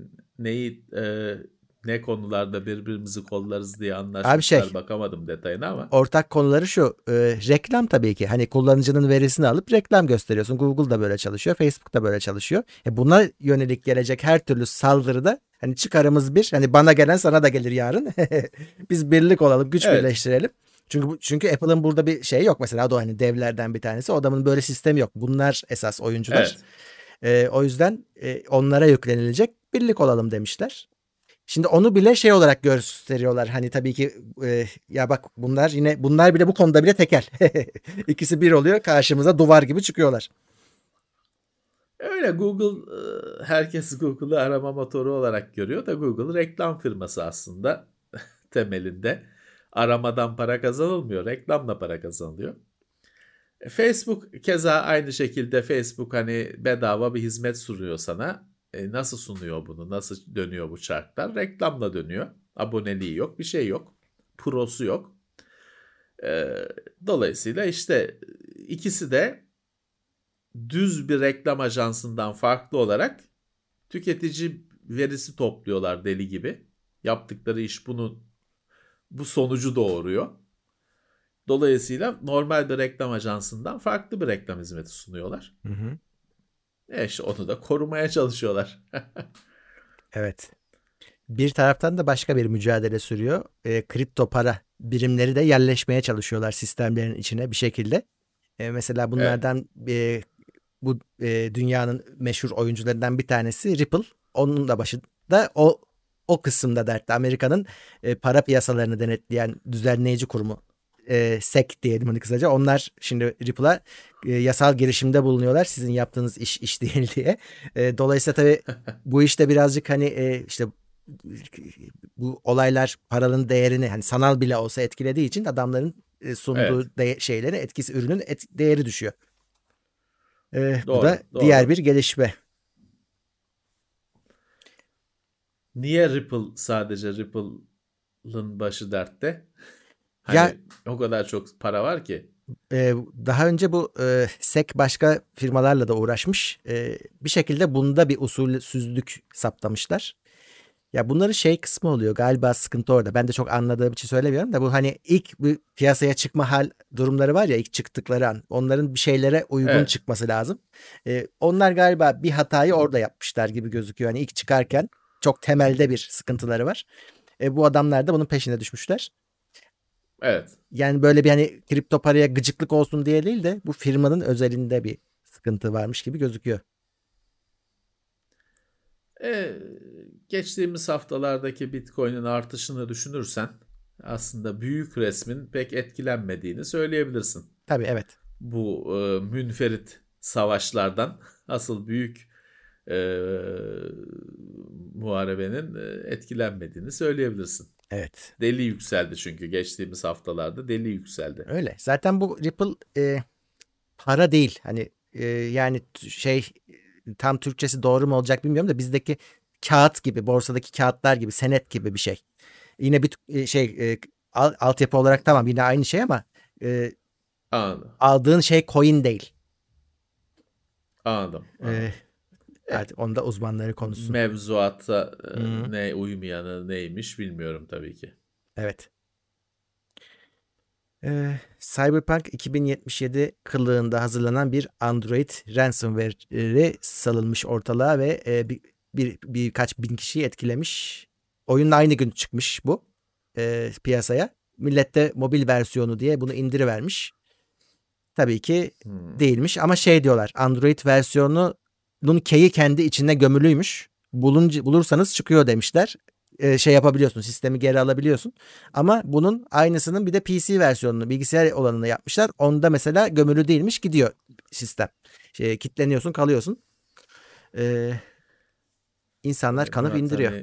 ne konularda birbirimizi kollarız diye abi şey, anlaşmışlar, bakamadım detayına ama. ortak konuları şu. Reklam tabii ki. Hani kullanıcının verisini alıp reklam gösteriyorsun. Google da böyle çalışıyor. Facebook da böyle çalışıyor. Buna yönelik gelecek her türlü saldırıda hani çıkarımız bir. Hani bana gelen sana da gelir yarın. Biz birlik olalım, güç Evet. birleştirelim. Çünkü Apple'ın burada bir şey yok mesela. O da hani devlerden bir tanesi. O adamın böyle sistemi yok. Bunlar esas oyuncular. O yüzden onlara yüklenilecek, birlik olalım demişler. Şimdi onu bile şey olarak gösteriyorlar. Hani tabii ki ya bak bunlar bile bu konuda bile tekel. İkisi bir oluyor, karşımıza duvar gibi çıkıyorlar. Öyle Google, herkes Google'ı arama motoru olarak görüyor da Google reklam firması aslında temelinde. Aramadan para kazanılmıyor, reklamla para kazanılıyor. Facebook keza aynı şekilde. Facebook hani bedava bir hizmet sunuyor sana. Nasıl sunuyor bunu? Nasıl dönüyor bu çarklar? Reklamla dönüyor. Aboneliği yok, bir şey yok. Prosu yok. Dolayısıyla işte ikisi de düz bir reklam ajansından farklı olarak tüketici verisi topluyorlar deli gibi. Yaptıkları iş bu sonucu doğuruyor. Dolayısıyla normal bir reklam ajansından farklı bir reklam hizmeti sunuyorlar. Hı hı. İşte onu da korumaya çalışıyorlar. Evet. Bir taraftan da başka bir mücadele sürüyor. Kripto para birimleri de yerleşmeye çalışıyorlar sistemlerin içine bir şekilde. Mesela Evet. bunlardan bu dünyanın meşhur oyuncularından bir tanesi Ripple. Onun da başında o kısımda dertte. Amerika'nın para piyasalarını denetleyen düzenleyici kurumu, SEC diyelim hani kısaca. Onlar şimdi Ripple'a yasal girişimde bulunuyorlar. Sizin yaptığınız iş değil diye. Dolayısıyla tabii bu işte birazcık hani işte bu olaylar paranın değerini hani sanal bile olsa etkilediği için adamların sunduğu şeylerin etkisi, ürünün değeri düşüyor. Bu da Doğru. diğer bir gelişme. Niye sadece Ripple'ın başı dertte? Ya Hani o kadar çok para var ki. daha önce bu SEC başka firmalarla da uğraşmış. Bir şekilde bunda bir usulsüzlük saptamışlar. Ya bunların şey kısmı oluyor galiba, sıkıntı orada. Ben de çok anladığım için söylemiyorum da bu hani ilk bir piyasaya çıkma durumları var ya, ilk çıktıkları an. Onların bir şeylere uygun çıkması lazım. Onlar galiba bir hatayı orada yapmışlar gibi gözüküyor. Hani ilk çıkarken çok temelde bir sıkıntıları var. Bu adamlar da bunun peşine düşmüşler. Evet. Yani böyle bir hani kripto paraya gıcıklık olsun diye değil de bu firmanın özelinde bir sıkıntı varmış gibi gözüküyor. Geçtiğimiz haftalardaki Bitcoin'in artışını düşünürsen aslında büyük resmin pek etkilenmediğini söyleyebilirsin. Tabii, evet. Bu münferit savaşlardan asıl büyük muharebenin etkilenmediğini söyleyebilirsin. Evet. Deli yükseldi çünkü geçtiğimiz haftalarda deli yükseldi. Öyle. Zaten bu Ripple para değil. Hani yani tam Türkçesi doğru mu olacak bilmiyorum da bizdeki kağıt gibi, borsadaki kağıtlar gibi, senet gibi bir şey. Yine bir altyapı olarak tamam yine aynı şey ama Anladım. aldığın şey coin değil. Anladım. Artık onda uzmanları konuşsun. Mevzuatta ne uymayanı neymiş bilmiyorum tabii ki. Evet. Cyberpunk 2077 kılığında hazırlanan bir Android ransomware'i salınmış ortalığa ve birkaç bin kişiyi etkilemiş. Oyunla aynı gün çıkmış bu piyasaya. Millet de mobil versiyonu diye bunu indirivermiş. Tabii ki değilmiş ama şey diyorlar, Android versiyonunun key'i kendi içine gömülüymüş. Bulursanız çıkıyor demişler. şey yapabiliyorsun. Sistemi geri alabiliyorsun. Ama bunun aynısının bir de PC versiyonunu, bilgisayar olanını yapmışlar. Onda mesela gömülü değilmiş, gidiyor sistem. Kilitleniyorsun, kalıyorsun. İnsanlar kanıp Murat, indiriyor.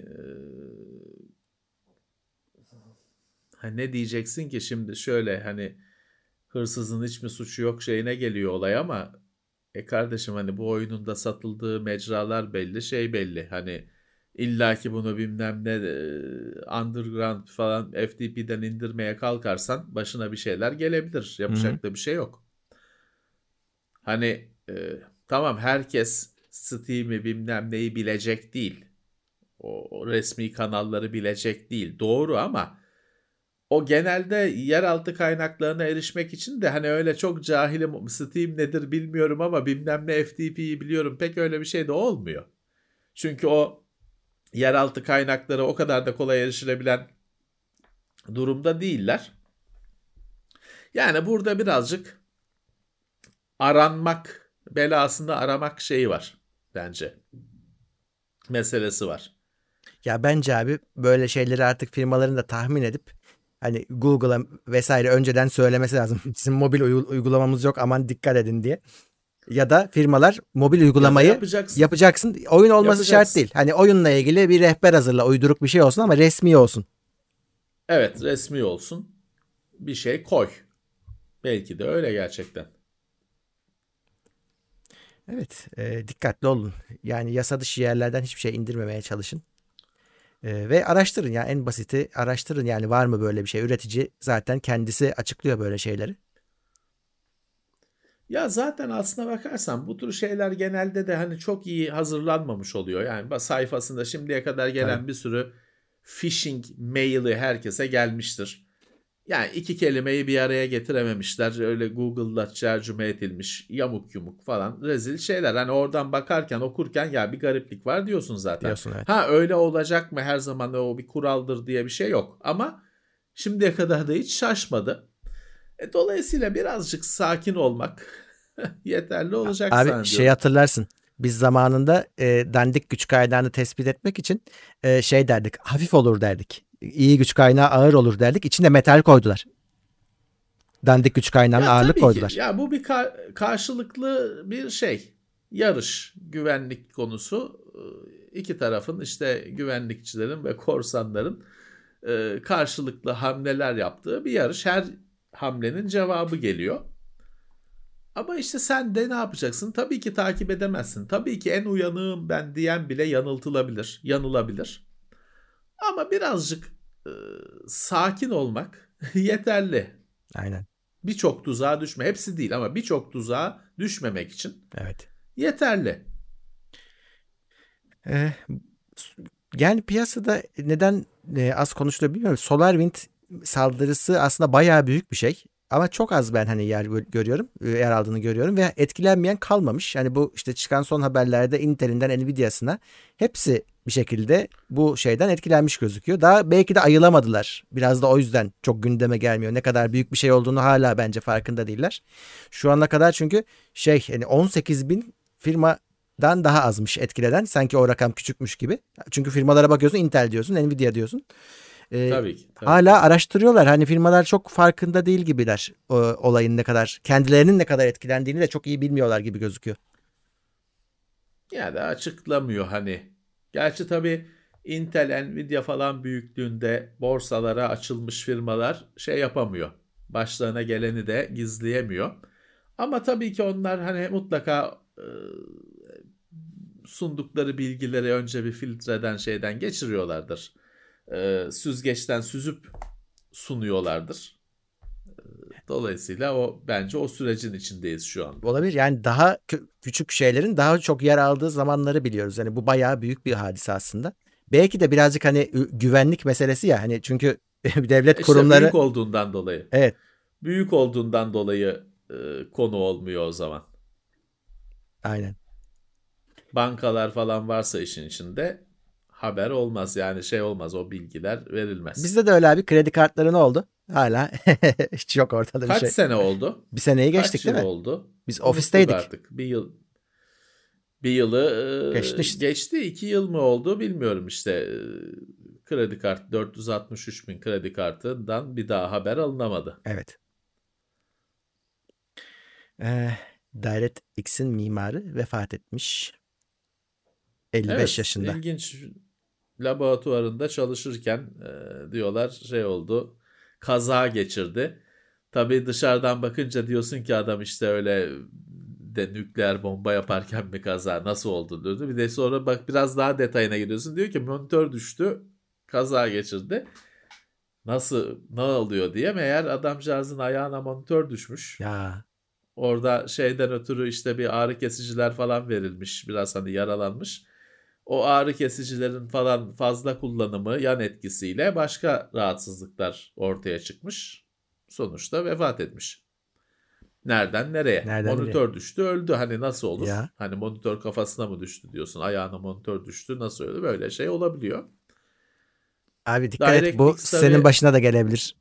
hani ne diyeceksin ki şimdi, şöyle hani hırsızın hiç mi suçu yok şeyine geliyor olay, ama kardeşim hani bu oyunun da satıldığı mecralar belli, şey belli. Hani illaki bunu bilmem ne underground falan FTP'den indirmeye kalkarsan başına bir şeyler gelebilir. Yapacak da bir şey yok. Hani tamam, herkes Steam'i bilmem neyi bilecek değil. O resmi kanalları bilecek değil. Doğru, ama o genelde yeraltı kaynaklarına erişmek için de hani öyle çok cahilim, Steam nedir bilmiyorum ama bilmem ne FTP'yi biliyorum, pek öyle bir şey de olmuyor. Çünkü o yeraltı kaynakları o kadar da kolay erişilebilen durumda değiller. Yani burada birazcık aranmak, belasında aramak şeyi var bence. Meselesi var. Ya bence abi böyle şeyleri artık firmaların da tahmin edip hani Google'a vesaire önceden söylemesi lazım. Bizim mobil uygulamamız yok, aman dikkat edin diye. Ya da firmalar mobil uygulamayı yapacaksın. Oyun olması şart değil. Hani oyunla ilgili bir rehber hazırla, uyduruk bir şey olsun ama resmi olsun. Evet, resmi olsun. Bir şey koy. Belki de öyle gerçekten. Evet, dikkatli olun. Yani yasa dışı yerlerden hiçbir şey indirmemeye çalışın. Ve araştırın ya, en basiti araştırın yani, var mı böyle bir şey? Üretici zaten kendisi açıklıyor böyle şeyleri. Ya zaten aslına bakarsan bu tür şeyler genelde de hani çok iyi hazırlanmamış oluyor. Yani sayfasında şimdiye kadar gelen bir sürü phishing maili herkese gelmiştir. Yani iki kelimeyi bir araya getirememişler. Öyle Google'da tercüme edilmiş yamuk yumuk falan rezil şeyler. Hani oradan bakarken, okurken ya bir gariplik var diyorsun zaten. Diyorsun, evet. Ha, öyle olacak mı, her zaman o bir kuraldır diye bir şey yok. Ama şimdiye kadar da hiç şaşmadı. Dolayısıyla birazcık sakin olmak yeterli olacak Abi zannediyorum. şey hatırlarsın. Biz zamanında dandik güç kaynağını tespit etmek için şey derdik. Hafif olur derdik. İyi güç kaynağı ağır olur derdik. İçine metal koydular. Dandik güç kaynağına ağırlık tabii koydular. ki. Ya bu bir karşılıklı bir şey. Yarış, güvenlik konusu. İki tarafın, işte güvenlikçilerin ve korsanların karşılıklı hamleler yaptığı bir yarış. Her hamlenin cevabı geliyor. Ama işte sen de ne yapacaksın? Tabii ki takip edemezsin. Tabii ki en uyanığım ben diyen bile yanıltılabilir, yanılabilir. Ama birazcık sakin olmak yeterli. Aynen. Birçok tuzağa düşme. Hepsi değil ama birçok tuzağa düşmemek için Evet. yeterli. Yani piyasada neden az konuşuluyor bilmiyorum. SolarWind saldırısı aslında bayağı büyük bir şey. Ama çok az ben hani görüyorum, yer aldığını görüyorum ve etkilenmeyen kalmamış. Yani bu işte çıkan son haberlerde Intel'inden Nvidia'sına hepsi bir şekilde bu şeyden etkilenmiş gözüküyor. Daha belki de ayılamadılar. Biraz da o yüzden çok gündeme gelmiyor. Ne kadar büyük bir şey olduğunu hala bence farkında değiller. Şu ana kadar çünkü yani 18.000 firmadan daha azmış etkilenen. Sanki o rakam küçükmüş gibi. Çünkü firmalara bakıyorsun, Intel diyorsun, Nvidia diyorsun. Tabii ki. Hala araştırıyorlar. Hani firmalar çok farkında değil gibiler olayın ne kadar, kendilerinin ne kadar etkilendiğini de çok iyi bilmiyorlar gibi gözüküyor. Ya da açıklamıyor hani. Gerçi tabii Intel, Nvidia falan büyüklüğünde borsalara açılmış firmalar şey yapamıyor. Başlarına geleni de gizleyemiyor. Ama tabii ki onlar hani mutlaka sundukları bilgileri önce bir filtreden, şeyden geçiriyorlardır. Süzgeçten süzüp sunuyorlardır. Dolayısıyla bence o sürecin içindeyiz şu an. Olabilir. Yani daha küçük şeylerin daha çok yer aldığı zamanları biliyoruz. Yani bu bayağı büyük bir hadise aslında. Belki de birazcık hani güvenlik meselesi ya, hani çünkü devlet kurumları büyük olduğundan dolayı. Evet. Büyük olduğundan dolayı konu olmuyor o zaman. Aynen. Bankalar falan varsa işin içinde haber olmaz, yani şey olmaz, o bilgiler verilmez. Bizde de öyle abi, kredi kartları ne oldu? Hala hiç yok ortada bir şey. Kaç sene oldu? Bir seneyi geçtik değil mi? Kaç yıl oldu? Biz ofisteydik. Artık. Bir yılı Geçti işte. geçti. 2 yıl mı oldu bilmiyorum işte. kredi kartı 463 bin kredi kartından bir daha haber alınamadı. Evet. DirectX'in mimarı vefat etmiş. 55 yaşında. İlginç, laboratuvarında çalışırken diyorlar şey oldu, kaza geçirdi. Tabii dışarıdan bakınca diyorsun ki adam işte öyle de nükleer bomba yaparken mi kaza, nasıl oldu diyordu. Bir de sonra bak biraz daha detayına giriyorsun, diyor ki monitör düştü, kaza geçirdi. Nasıl, ne oluyor diye, meğer adamcağızın ayağına monitör düşmüş. Ya Orada şeyden ötürü işte bir ağrı kesiciler falan verilmiş, biraz hani yaralanmış. O ağrı kesicilerin falan fazla kullanımı yan etkisiyle başka rahatsızlıklar ortaya çıkmış. Sonuçta vefat etmiş. Nereden nereye? Nereden Monitör düştü, öldü. Hani nasıl olur? Ya. Hani monitör kafasına mı düştü diyorsun? Ayağına monitör düştü, nasıl öldü? Böyle şey olabiliyor. abi dikkat et, bu DirectX tabii senin başına da gelebilir.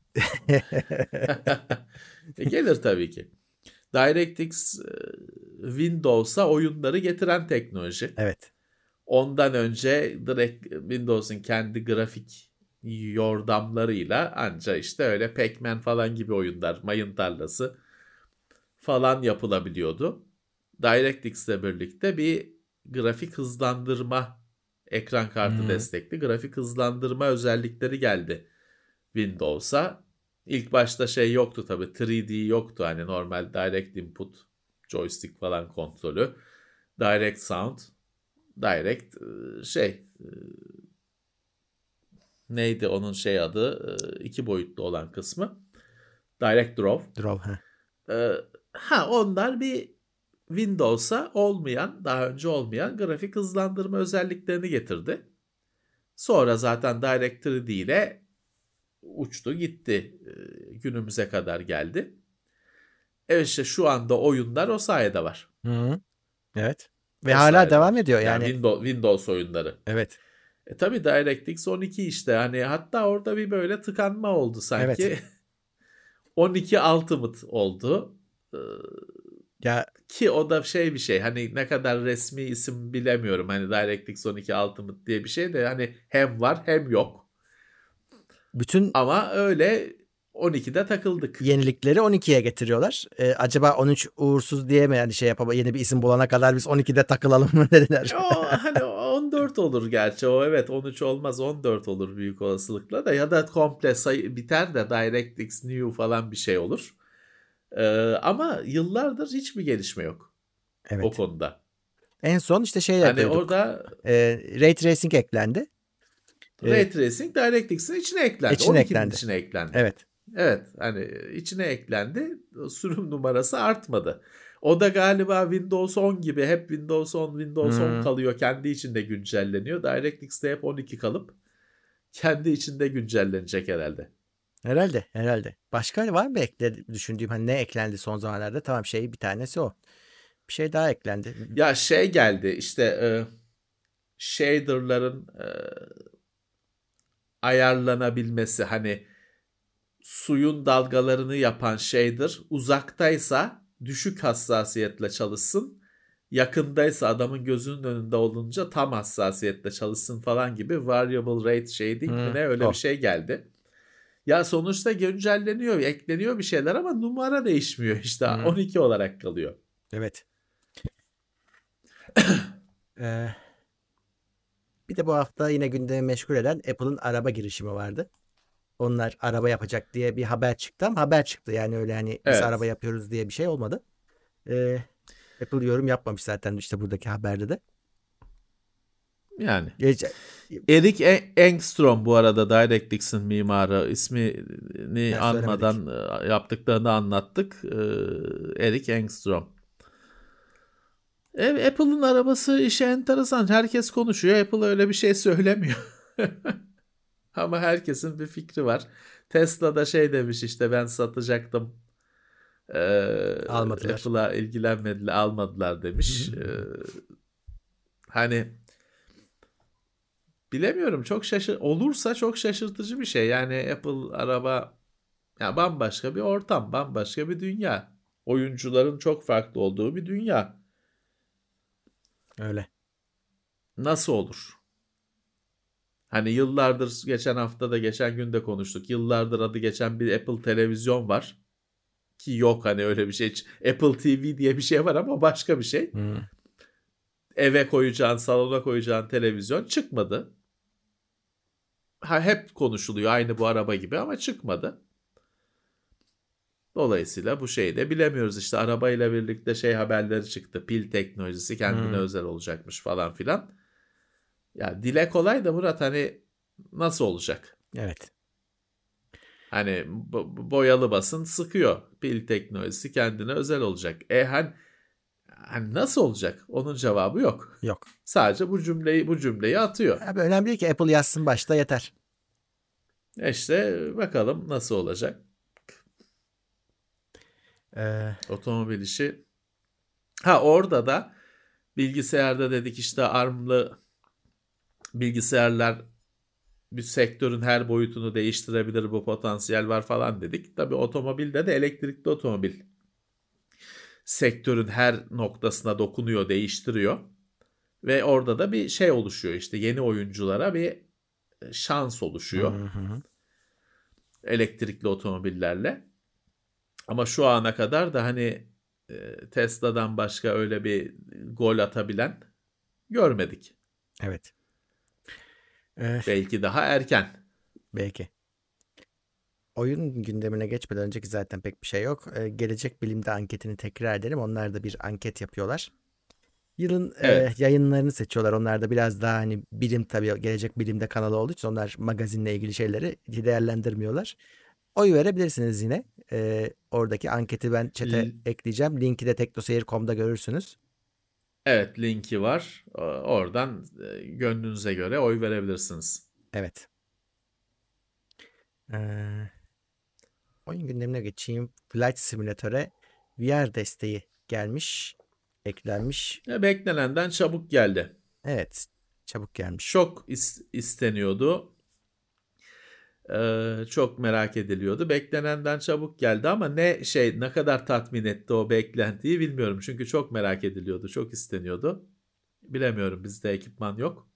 gelir tabii ki. DirectX Windows'a oyunları getiren teknoloji. Evet. Ondan önce direkt Windows'un kendi grafik yordamlarıyla anca işte öyle Pac-Man falan gibi oyunlar, mayın tarlası falan yapılabiliyordu. DirectX'le birlikte bir grafik hızlandırma, ekran kartı destekli grafik hızlandırma özellikleri geldi Windows'a. İlk başta şey yoktu tabii, 3D yoktu, hani normal direct input, joystick falan kontrolü, direct sound, direct neydi onun şey adı, 2 boyutlu olan kısmı, direct draw. Draw. Onlar bir Windows'a olmayan, daha önce olmayan grafik hızlandırma özelliklerini getirdi. Sonra zaten Direct 3D ile uçtu gitti, günümüze kadar geldi. Evet, işte şu anda oyunlar o sayede var. Hı. Evet. Ve O hala sayede devam var. ediyor Yani yani. Windows oyunları. Evet. Tabii DirectX 12 işte, hani hatta orada bir böyle tıkanma oldu sanki. Evet. 12 Ultimate oldu. Ya Ki o da bir şey, hani ne kadar resmi isim bilemiyorum. Hani DirectX 12 Ultimate diye bir şey de hani hem var hem yok. bütün Ama öyle 12'de takıldık. yenilikleri 12'ye getiriyorlar. Acaba 13 uğursuz diye mi yani şey yapalım, yeni bir isim bulana kadar biz 12'de takılalım mı dediler. O hani 14 olur gerçi, o evet 13 olmaz, 14 olur büyük olasılıkla da, ya da komple sayı biter de DirectX New falan bir şey olur. Ama yıllardır hiçbir gelişme yok o Evet. konuda. En son işte şey Hani yapıyorduk. orada Ray Tracing eklendi. Ray Tracing DirectX'in içine eklendi. İçine 12'nin eklendi. içine eklendi. Evet. Evet, hani içine eklendi. Sürüm numarası artmadı. O da galiba Windows 10 gibi hep Windows 10 Windows 10 kalıyor. Kendi içinde güncelleniyor. DirectX'te hep 12 kalıp kendi içinde güncellenecek herhalde. Herhalde. Başka var mı düşündüğüm, hani ne eklendi son zamanlarda? Tamam, bir tanesi o. Bir şey daha eklendi. Ya geldi işte, shader'ların ayarlanabilmesi, hani suyun dalgalarını yapan shader uzaktaysa düşük hassasiyetle çalışsın, yakındaysa adamın gözünün önünde olunca tam hassasiyetle çalışsın falan gibi variable rate shading mi ne, öyle o. bir şey geldi. Ya sonuçta güncelleniyor, ekleniyor bir şeyler ama numara değişmiyor işte, 12 olarak kalıyor. Evet. Bir de bu hafta yine gündemi meşgul eden Apple'ın araba girişimi vardı. Onlar araba yapacak diye bir haber çıktı, ama haber çıktı yani, öyle hani biz Evet. araba yapıyoruz diye bir şey olmadı. Apple yorum yapmamış zaten işte buradaki haberde de. Yani. Gece, Eric Engstrom bu arada DirectX'in mimarı, ismini Ha, anmadan yaptıklarını anlattık. Eric Engstrom. Apple'ın arabası işi enteresan. Herkes konuşuyor. Apple öyle bir şey söylemiyor. Ama herkesin bir fikri var. Tesla'da demiş işte, ben satacaktım. Almadılar. Apple'a ilgilenmediler, almadılar demiş. Hani bilemiyorum, olursa çok şaşırtıcı bir şey. Yani Apple araba, ya bambaşka bir ortam, bambaşka bir dünya. Oyuncuların çok farklı olduğu bir dünya. Öyle. Nasıl olur? Hani yıllardır, geçen hafta da geçen gün de konuştuk. Yıllardır adı geçen bir Apple televizyon var. Ki yok hani öyle bir şey. Apple TV diye bir şey var ama başka bir şey. Eve koyacağın, salona koyacağın televizyon çıkmadı. Hep konuşuluyor aynı bu araba gibi ama çıkmadı. Dolayısıyla bu şeyi de bilemiyoruz. İşte arabayla birlikte şey haberleri çıktı. Pil teknolojisi kendine özel olacakmış falan filan. Ya dile kolay da Murat, hani nasıl olacak? Evet. Hani boyalı basın sıkıyor. Pil teknolojisi kendine özel olacak. Hani nasıl olacak? Onun cevabı yok. Yok. Sadece bu cümleyi atıyor. Abi önemli değil ki, Apple yazsın başta yeter. İşte bakalım nasıl olacak. Otomobil işi. Orada da bilgisayarda dedik işte ARM'lı bilgisayarlar bir sektörün her boyutunu değiştirebilir, bu potansiyel var falan dedik. Tabii otomobilde de elektrikli otomobil sektörün her noktasına dokunuyor, değiştiriyor. Ve orada da bir şey oluşuyor, işte yeni oyunculara bir şans oluşuyor. Elektrikli otomobillerle. Ama şu ana kadar da hani Tesla'dan başka öyle bir gol atabilen görmedik. Evet. Belki daha erken. Belki. Oyun gündemine geçmeden önceki zaten pek bir şey yok. Gelecek Bilim'de anketini tekrar edelim. Onlar da bir anket yapıyorlar. Yılın Evet. yayınlarını seçiyorlar. Onlar da biraz daha hani bilim, tabii Gelecek Bilim'de kanalı olduğu için onlar magazinle ilgili şeyleri değerlendirmiyorlar. Oy verebilirsiniz yine. Oradaki anketi ben chat'e ekleyeceğim. Linki de teknoseyir.com'da görürsünüz. Evet, linki var. Oradan gönlünüze göre oy verebilirsiniz. Evet. Oyun gündemine geçeyim. Flight Simulator'e VR desteği gelmiş, eklenmiş. Beklenenden çabuk geldi. Evet, çabuk gelmiş. Çok isteniyordu. Çok merak ediliyordu. Beklenenden çabuk geldi ama ne kadar tatmin etti o beklentiyi bilmiyorum. Çünkü çok merak ediliyordu, çok isteniyordu. Bilemiyorum, bizde ekipman yok.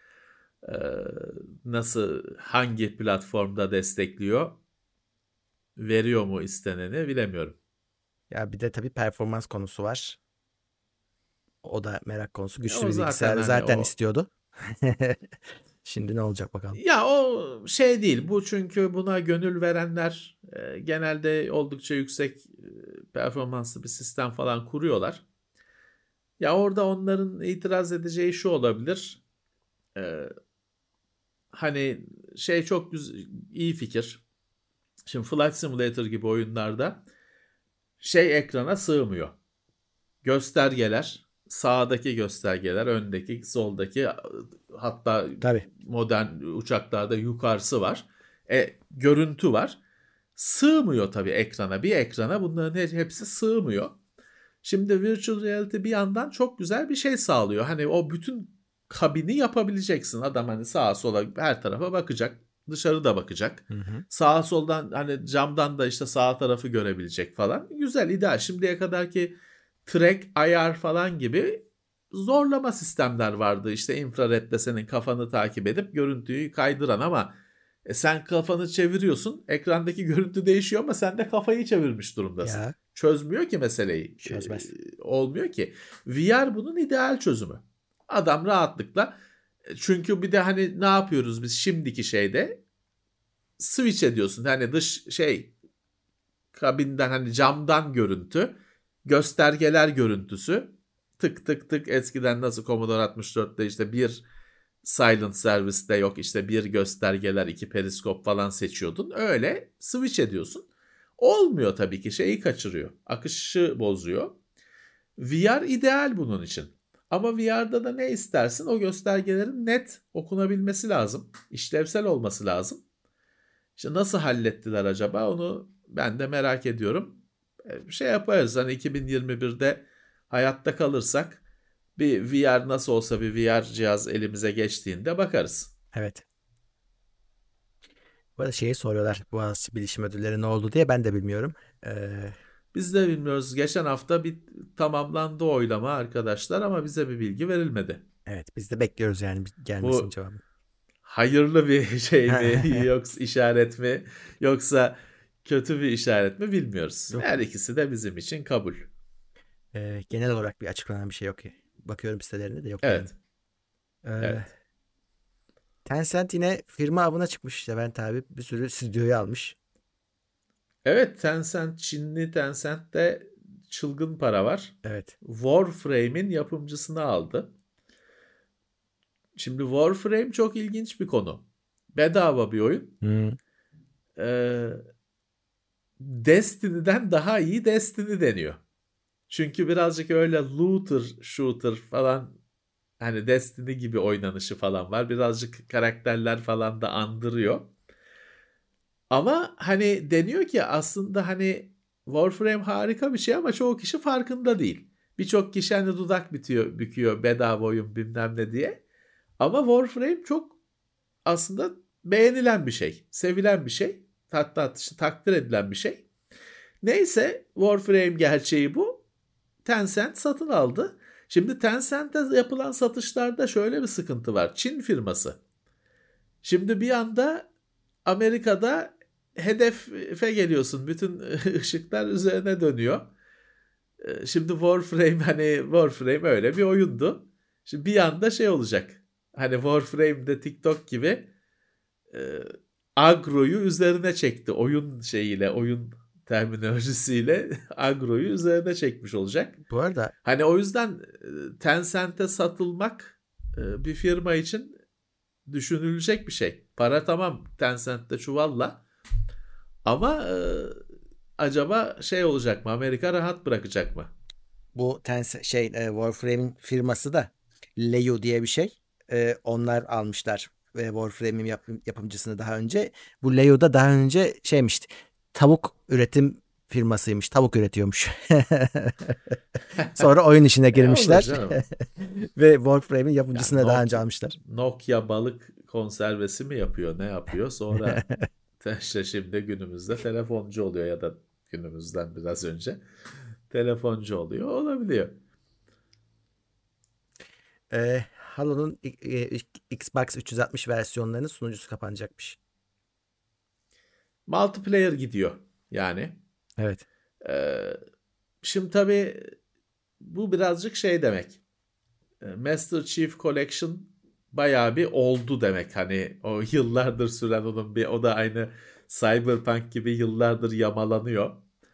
Hangi platformda destekliyor? Veriyor mu isteneni bilemiyorum. Ya bir de tabii performans konusu var. O da merak konusu. Güçlü O bir bilgisayar zaten hani istiyordu. Şimdi ne olacak bakalım. Ya o şey değil. Bu çünkü buna gönül verenler genelde oldukça yüksek performanslı bir sistem falan kuruyorlar. Ya orada onların itiraz edeceği şu olabilir. Hani çok iyi fikir. Şimdi Flight Simulator gibi oyunlarda ekrana sığmıyor. Göstergeler, sağdaki göstergeler, öndeki, soldaki, hatta Tabii. modern uçaklarda yukarısı var. Görüntü var. Sığmıyor tabii ekrana. Bir ekrana bunların hepsi sığmıyor. Şimdi virtual reality bir yandan çok güzel bir şey sağlıyor. Hani o bütün kabini yapabileceksin. Adam hani sağa sola her tarafa bakacak. Dışarıda bakacak. Sağa soldan hani camdan da işte sağ tarafı görebilecek falan. Güzel, ideal. Şimdiye kadarki track, IR falan gibi zorlama sistemler vardı. İşte infraredle senin kafanı takip edip görüntüyü kaydıran ama sen kafanı çeviriyorsun. Ekrandaki görüntü değişiyor ama sen de kafayı çevirmiş durumdasın. Ya. Çözmüyor ki meseleyi. Çözmez. Olmuyor ki. VR bunun ideal çözümü. Adam rahatlıkla, çünkü bir de hani ne yapıyoruz biz şimdiki şeyde, switch ediyorsun. Hani dış kabinden, hani camdan görüntü, göstergeler görüntüsü, tık tık tık, eskiden nasıl Commodore 64'te işte bir silent service'de yok işte bir göstergeler, iki periskop falan seçiyordun. Öyle switch ediyorsun. Olmuyor tabii ki, şeyi kaçırıyor. Akışı bozuyor. VR ideal bunun için. Ama VR'da da ne istersin? O göstergelerin net okunabilmesi lazım. İşlevsel olması lazım. İşte nasıl hallettiler acaba? Onu ben de merak ediyorum. Yaparız. Hani 2021'de hayatta kalırsak bir VR, nasıl olsa bir VR cihaz elimize geçtiğinde bakarız. Evet. Bu arada şeyi soruyorlar. Boğaziçi Bilişim Ödülleri ne oldu diye, ben de bilmiyorum. Biz de bilmiyoruz. Geçen hafta bir tamamlandı oylama arkadaşlar ama bize bir bilgi verilmedi. Evet, biz de bekliyoruz yani gelmesini, cevabı. hayırlı bir şey mi yoksa işaret mi yoksa kötü bir işaret mi bilmiyoruz. Yok. Her ikisi de bizim için kabul. Genel olarak bir açıklanan bir şey yok. Bakıyorum sitelerinde de yok. Evet. Yani. Evet. Tencent yine firma avına çıkmış. Levent abi bir sürü stüdyoyu almış. Evet, Tencent, Çinli Tencent'te çılgın para var. Evet. Warframe'in yapımcısını aldı. Şimdi Warframe çok ilginç bir konu. Bedava bir oyun. Destiny'den daha iyi Destiny deniyor. Çünkü birazcık öyle looter shooter falan, hani Destiny gibi oynanışı falan var. Birazcık karakterler falan da andırıyor. Ama hani deniyor ki aslında hani Warframe harika bir şey ama çoğu kişi farkında değil. Birçok kişi hani dudak büküyor bedava oyun bilmem ne diye. Ama Warframe çok aslında beğenilen bir şey. Sevilen bir şey. Hatta takdir edilen bir şey. Neyse, Warframe gerçeği bu. Tencent satın aldı. Şimdi Tencent'te yapılan satışlarda şöyle bir sıkıntı var. Çin firması. Şimdi bir anda Amerika'da hedefe geliyorsun. Bütün ışıklar üzerine dönüyor. Şimdi Warframe öyle bir oyundu. Şimdi bir anda şey olacak. Hani Warframe'de TikTok gibi agroyu üzerine çekti. Oyun terminolojisiyle agroyu üzerine çekmiş olacak. Bu arada Hani o yüzden Tencent'e satılmak bir firma için düşünülecek bir şey. Para tamam Tencent'te çuvalla. Ama acaba şey olacak mı? Amerika rahat bırakacak mı? bu Warframe'in firması da Leyu diye bir şey. Onlar almışlar Warframe'in yapımcısını daha önce. Bu Leyu da daha önce şeymişti. Tavuk üretim firmasıymış. Tavuk üretiyormuş. Sonra oyun işine girmişler. Ve Warframe'in yapımcısını daha önce almışlar. Nokia balık konservesi mi yapıyor? Ne yapıyor? Sonra işte şimdi günümüzde telefoncu oluyor ya da günümüzden biraz önce telefoncu oluyor. Olabiliyor. Halo'nun Xbox 360 versiyonlarının sunucusu kapanacakmış. Multiplayer gidiyor yani. Evet. Şimdi tabii bu birazcık şey demek. Master Chief Collection bayağı bir oldu demek. Hani o yıllardır süren o da aynı Cyberpunk gibi yıllardır yamalanıyor.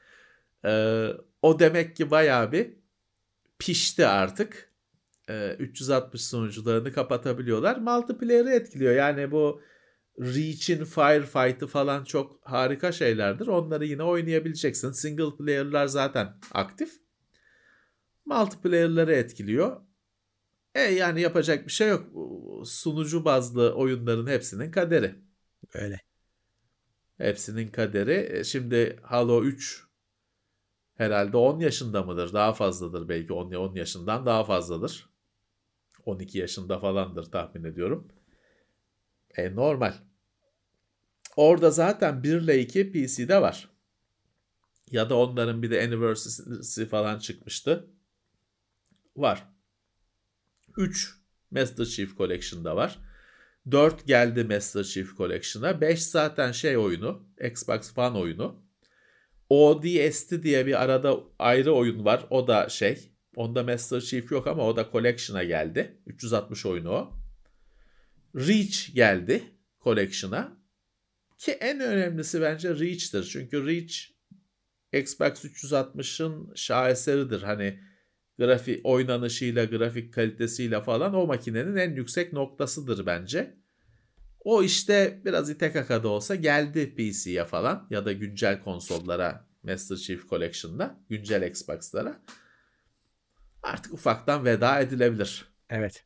O demek ki bayağı bir pişti artık. 360 sunucularını kapatabiliyorlar. Multiplayer'ı etkiliyor. Yani bu Reach'in Firefight'ı falan çok harika şeylerdir. Onları yine oynayabileceksin. Single player'lar zaten aktif. Multiplayer'ları etkiliyor. Yani yapacak bir şey yok. Sunucu bazlı oyunların hepsinin kaderi. Öyle. Hepsinin kaderi. Şimdi Halo 3 herhalde 10 yaşında mıdır? Daha fazladır belki. 10 yaşından daha fazladır. 12 yaşında falandır tahmin ediyorum. Normal. Orada zaten 1 ile 2 PC'de var. Ya da onların bir de Anniversary'si falan çıkmıştı. Var. 3 Master Chief Collection'da var. 4 geldi Master Chief Collection'a. 5 zaten şey oyunu. Xbox One oyunu. ODST diye bir arada ayrı oyun var. O da şey. Onda Master Chief yok ama o da Collection'a geldi. 360 oyunu o. Reach geldi Collection'a. Ki en önemlisi bence Reach'tir. Çünkü Reach Xbox 360'ın şaheseridir. Hani grafik oynanışıyla, grafik kalitesiyle falan o makinenin en yüksek noktasıdır bence. O işte biraz ite kaka da olsa geldi PC'ye falan ya da güncel konsollara, Master Chief Collection'da, güncel Xbox'lara. Artık ufaktan veda edilebilir. Evet.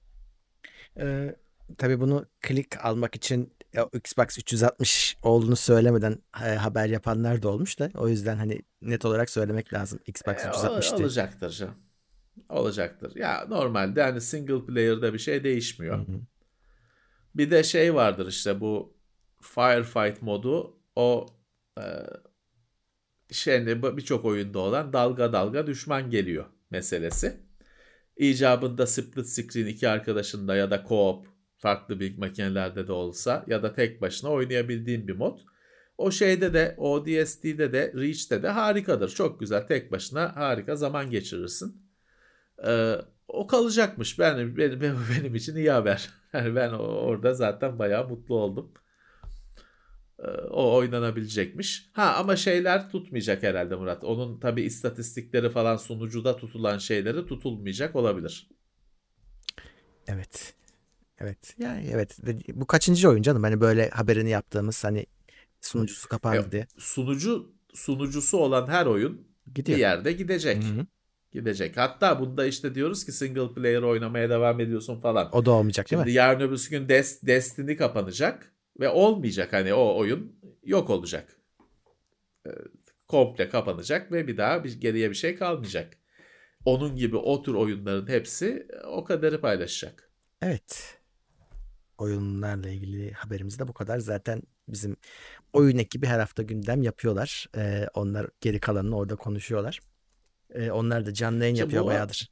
Tabii bunu klik almak için Xbox 360 olduğunu söylemeden haber yapanlar da olmuş da o yüzden hani net olarak söylemek lazım. Xbox 360 diye. Olacaktır canım. Olacaktır. Ya normalde hani single player'da bir şey değişmiyor. Hı-hı. Bir de şey vardır işte bu Firefight modu, o birçok oyunda olan dalga dalga düşman geliyor meselesi. İcabında split screen iki arkadaşınla ya da co-op Farklı büyük makinelerde de olsa ya da tek başına oynayabildiğin bir mod. O şeyde de, ODST'de de, Reach'te de harikadır. Çok güzel, tek başına harika zaman geçirirsin. O kalacakmış. Benim için iyi haber. Yani ben orada zaten bayağı mutlu oldum. O oynanabilecekmiş. Ama şeyler tutmayacak herhalde Murat. Onun tabii istatistikleri falan, sunucuda tutulan şeyleri tutulmayacak olabilir. Evet. Evet. Yani evet. Bu kaçıncı oyun canım? Hani böyle haberini yaptığımız, hani sunucusu kapandı diye. Sunucusu olan her oyun Gidiyor. bir yerde gidecek. Hı-hı. Gidecek. Hatta bunda işte diyoruz ki single player oynamaya devam ediyorsun falan. O da olmayacak değil Şimdi mi? yarın öbürsü gün Destiny kapanacak ve olmayacak, hani o oyun yok olacak. Komple kapanacak ve bir daha geriye bir şey kalmayacak. Onun gibi o tür oyunların hepsi o kadarı paylaşacak. Evet. Oyunlarla ilgili haberimiz de bu kadar. Zaten bizim oyun ekibi her hafta gündem yapıyorlar. Onlar geri kalanını orada konuşuyorlar. Onlar da canlı yayın İşte yapıyor bayağıdır.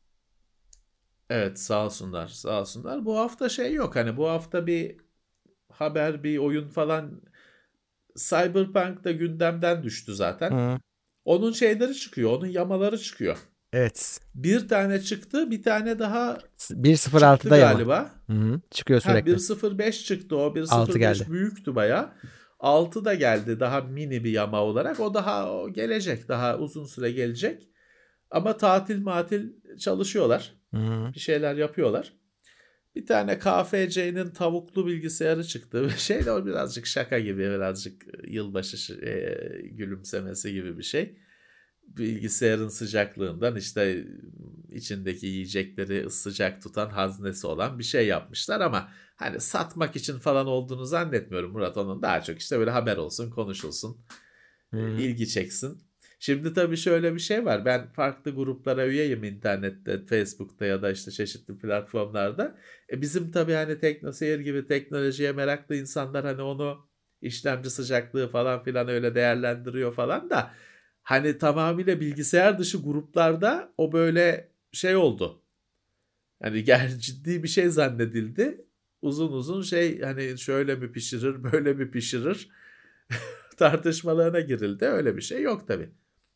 Evet, sağ olsunlar, sağ olsunlar. Bu hafta şey yok, hani bu hafta bir haber, bir oyun falan. Cyberpunk da gündemden düştü zaten. Hı. Onun şeyleri çıkıyor, onun yamaları çıkıyor. Evet. Bir tane çıktı, bir tane daha 1.06'da çıktı yama. galiba. Hı-hı. Çıkıyor sürekli. 1.05 çıktı o. 6 geldi. 1.05 büyüktü bayağı. 6 da geldi daha mini bir yama olarak. O daha gelecek. Daha uzun süre gelecek. Ama tatil çalışıyorlar. Hı-hı. Bir şeyler yapıyorlar. Bir tane KFC'nin tavuklu bilgisayarı çıktı. Şey de o birazcık şaka gibi, birazcık yılbaşı gülümsemesi gibi bir şey. Bilgisayarın sıcaklığından işte içindeki yiyecekleri sıcak tutan haznesi olan bir şey yapmışlar ama hani satmak için falan olduğunu zannetmiyorum Murat. Onun daha çok işte böyle haber olsun, konuşulsun, ilgi çeksin. Şimdi tabii şöyle bir şey var. Ben farklı gruplara üyeyim internette, Facebook'ta ya da işte çeşitli platformlarda. Bizim tabii hani TeknoSeyir gibi teknolojiye meraklı insanlar hani onu işlemci sıcaklığı falan filan öyle değerlendiriyor falan da hani tamamıyla bilgisayar dışı gruplarda o böyle şey oldu. Hani ciddi bir şey zannedildi. Uzun uzun şey, hani şöyle mi pişirir, böyle mi pişirir tartışmalarına girildi. Öyle bir şey yok tabii.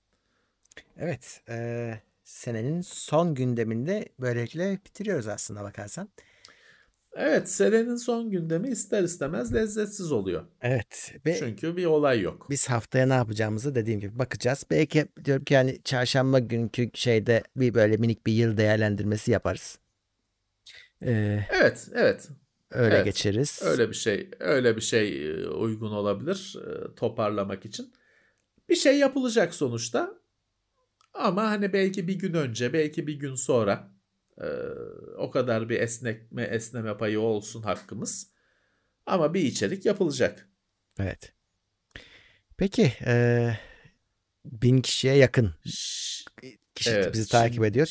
Evet. Senenin son gündeminde böylelikle bitiriyoruz aslında bakarsan. Evet, senenin son gündemi ister istemez lezzetsiz oluyor. Evet. Çünkü bir olay yok. Biz haftaya ne yapacağımızı dediğim gibi bakacağız. Belki diyorum ki yani çarşamba günkü şeyde bir böyle minik bir yıl değerlendirmesi yaparız. Evet. Öyle Evet. geçeriz. Öyle bir şey uygun olabilir toparlamak için. Bir şey yapılacak sonuçta. Ama hani belki bir gün önce, belki bir gün sonra o kadar bir esneme payı olsun hakkımız. Ama bir içerik yapılacak. Evet. Peki 1000 kişiye yakın kişi Evet. bizi takip ediyor.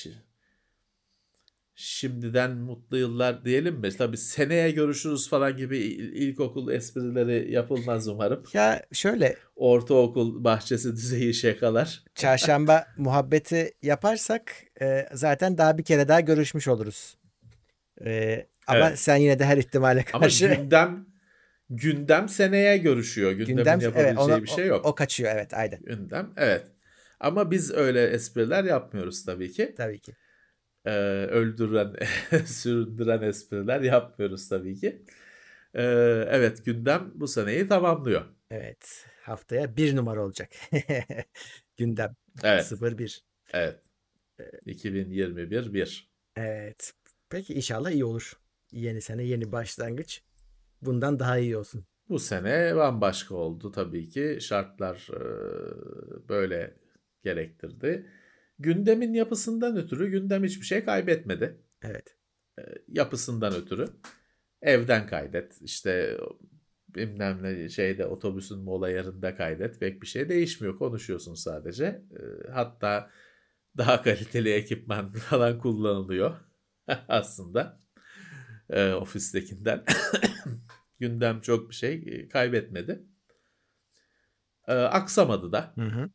Şimdiden mutlu yıllar diyelim mi? Tabii seneye görüşürüz falan gibi ilkokul esprileri yapılmaz umarım. Ya şöyle Ortaokul bahçesi düzeyi şakalar. çarşamba muhabbeti yaparsak zaten daha bir kere daha görüşmüş oluruz. Ama Evet. sen yine de her ihtimale Ama karşı gündem seneye görüşüyor. Gündemin evet, yapabileceği bir şey yok. o kaçıyor, evet, aynen. Gündem, evet. Ama biz öyle espriler yapmıyoruz tabii ki. Tabii ki. Öldüren, süründüren espriler yapmıyoruz tabii ki. Evet, gündem bu seneyi tamamlıyor. Evet. Haftaya 1 numara olacak. Gündem. Evet. 01. Evet. 2021 1. Evet. Peki inşallah iyi olur. Yeni sene, yeni başlangıç. Bundan daha iyi olsun. Bu sene bambaşka oldu tabii ki. Şartlar böyle gerektirdi. Gündemin yapısından ötürü gündem hiçbir şey kaybetmedi. Evet. Yapısından ötürü. Evden kaydet. İşte bilmem ne şeyde, otobüsün mola yerinde kaydet. Pek bir şey değişmiyor. Konuşuyorsun sadece. Hatta daha kaliteli ekipman falan kullanılıyor aslında ofistekinden. Gündem çok bir şey kaybetmedi. Aksamadı da. Hı hı.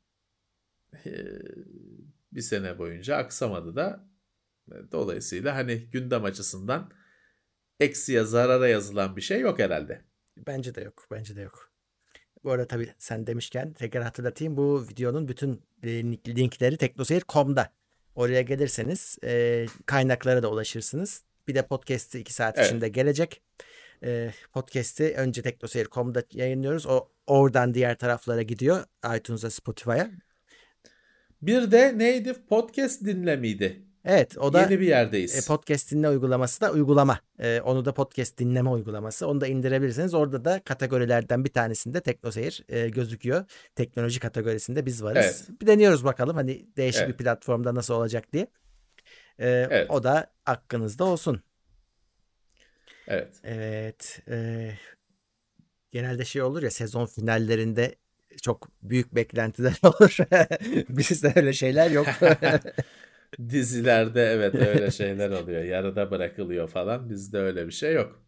Bir sene boyunca aksamadı da. Dolayısıyla hani gündem açısından eksiye zarara yazılan bir şey yok herhalde. Bence de yok. Bence de yok. Bu arada tabii sen demişken tekrar hatırlatayım. Bu videonun bütün linkleri teknoseyir.com'da. Oraya gelirseniz kaynaklara da ulaşırsınız. Bir de podcast'i 2 saat içinde gelecek. Podcast'i önce teknoseyir.com'da yayınlıyoruz. Oradan diğer taraflara gidiyor. iTunes'a, Spotify'a. Bir de neydi? Podcast dinle miydi? Evet, o da yeni bir yerdeyiz. Podcast dinle uygulaması da uygulama. Onu da podcast dinleme uygulaması. Onu da indirebilirsiniz. Orada da kategorilerden bir tanesinde Teknoseyir gözüküyor. Teknoloji kategorisinde biz varız. Bir deniyoruz bakalım hani değişik bir platformda nasıl olacak diye. O da hakkınızda olsun. Evet. Evet. Genelde şey olur ya, sezon finallerinde çok büyük beklentiler olur. Bizde öyle şeyler yok. Dizilerde evet öyle şeyler oluyor. Yarıda bırakılıyor falan. Bizde öyle bir şey yok.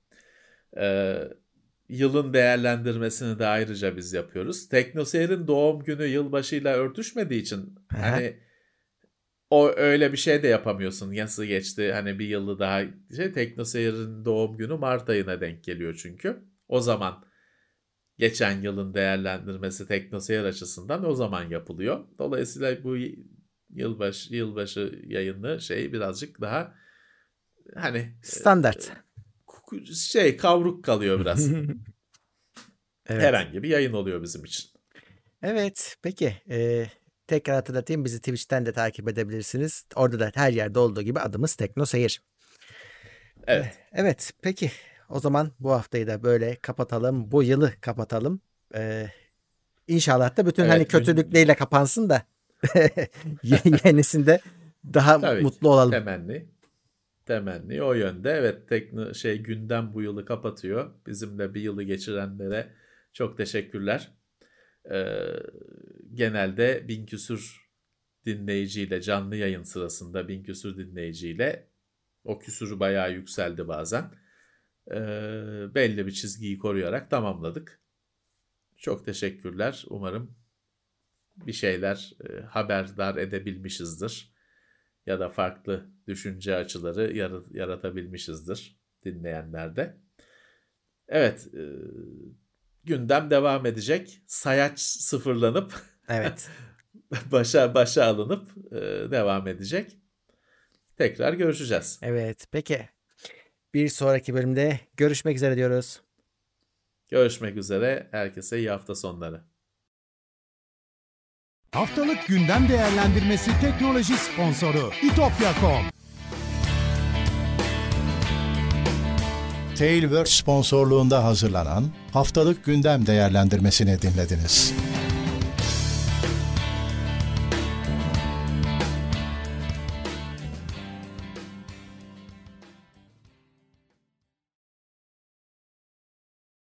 Yılın değerlendirmesini de ayrıca biz yapıyoruz. Teknoseyir'in doğum günü yılbaşıyla örtüşmediği için hani o öyle bir şey de yapamıyorsun. Nasıl geçti hani bir yılı daha Teknoseyir'in doğum günü Mart ayına denk geliyor çünkü. O zaman geçen yılın değerlendirmesi Teknoseyir açısından o zaman yapılıyor. Dolayısıyla bu yılbaşı yayını birazcık daha hani standart kavruk kalıyor biraz. Evet. Herhangi bir yayın oluyor bizim için. Evet, peki. Tekrar hatırlatayım, bizi Twitch'ten de takip edebilirsiniz. Orada da her yerde olduğu gibi adımız Teknoseyir. Evet. Evet, peki. O zaman bu haftayı da böyle kapatalım. Bu yılı kapatalım. İnşallah da bütün hani kötülükleriyle kapansın da yenisinde daha mutlu olalım. Temenni o yönde. Evet, gündem bu yılı kapatıyor. Bizimle bir yılı geçirenlere çok teşekkürler. Genelde 1000 küsür dinleyiciyle canlı yayın sırasında 1000 küsür dinleyiciyle o küsürü bayağı yükseldi bazen. Belli bir çizgiyi koruyarak tamamladık. Çok teşekkürler. Umarım bir şeyler haberdar edebilmişizdir. Ya da farklı düşünce açıları yaratabilmişizdir dinleyenlerde. Evet, gündem devam edecek. Sayaç sıfırlanıp evet. başa alınıp devam edecek. Tekrar görüşeceğiz. Evet, peki. Bir sonraki bölümde görüşmek üzere diyoruz. Görüşmek üzere. Herkese iyi hafta sonları. Haftalık gündem değerlendirmesi teknoloji sponsoru itopya.com. Tailwords sponsorluğunda hazırlanan haftalık gündem değerlendirmesini dinlediniz.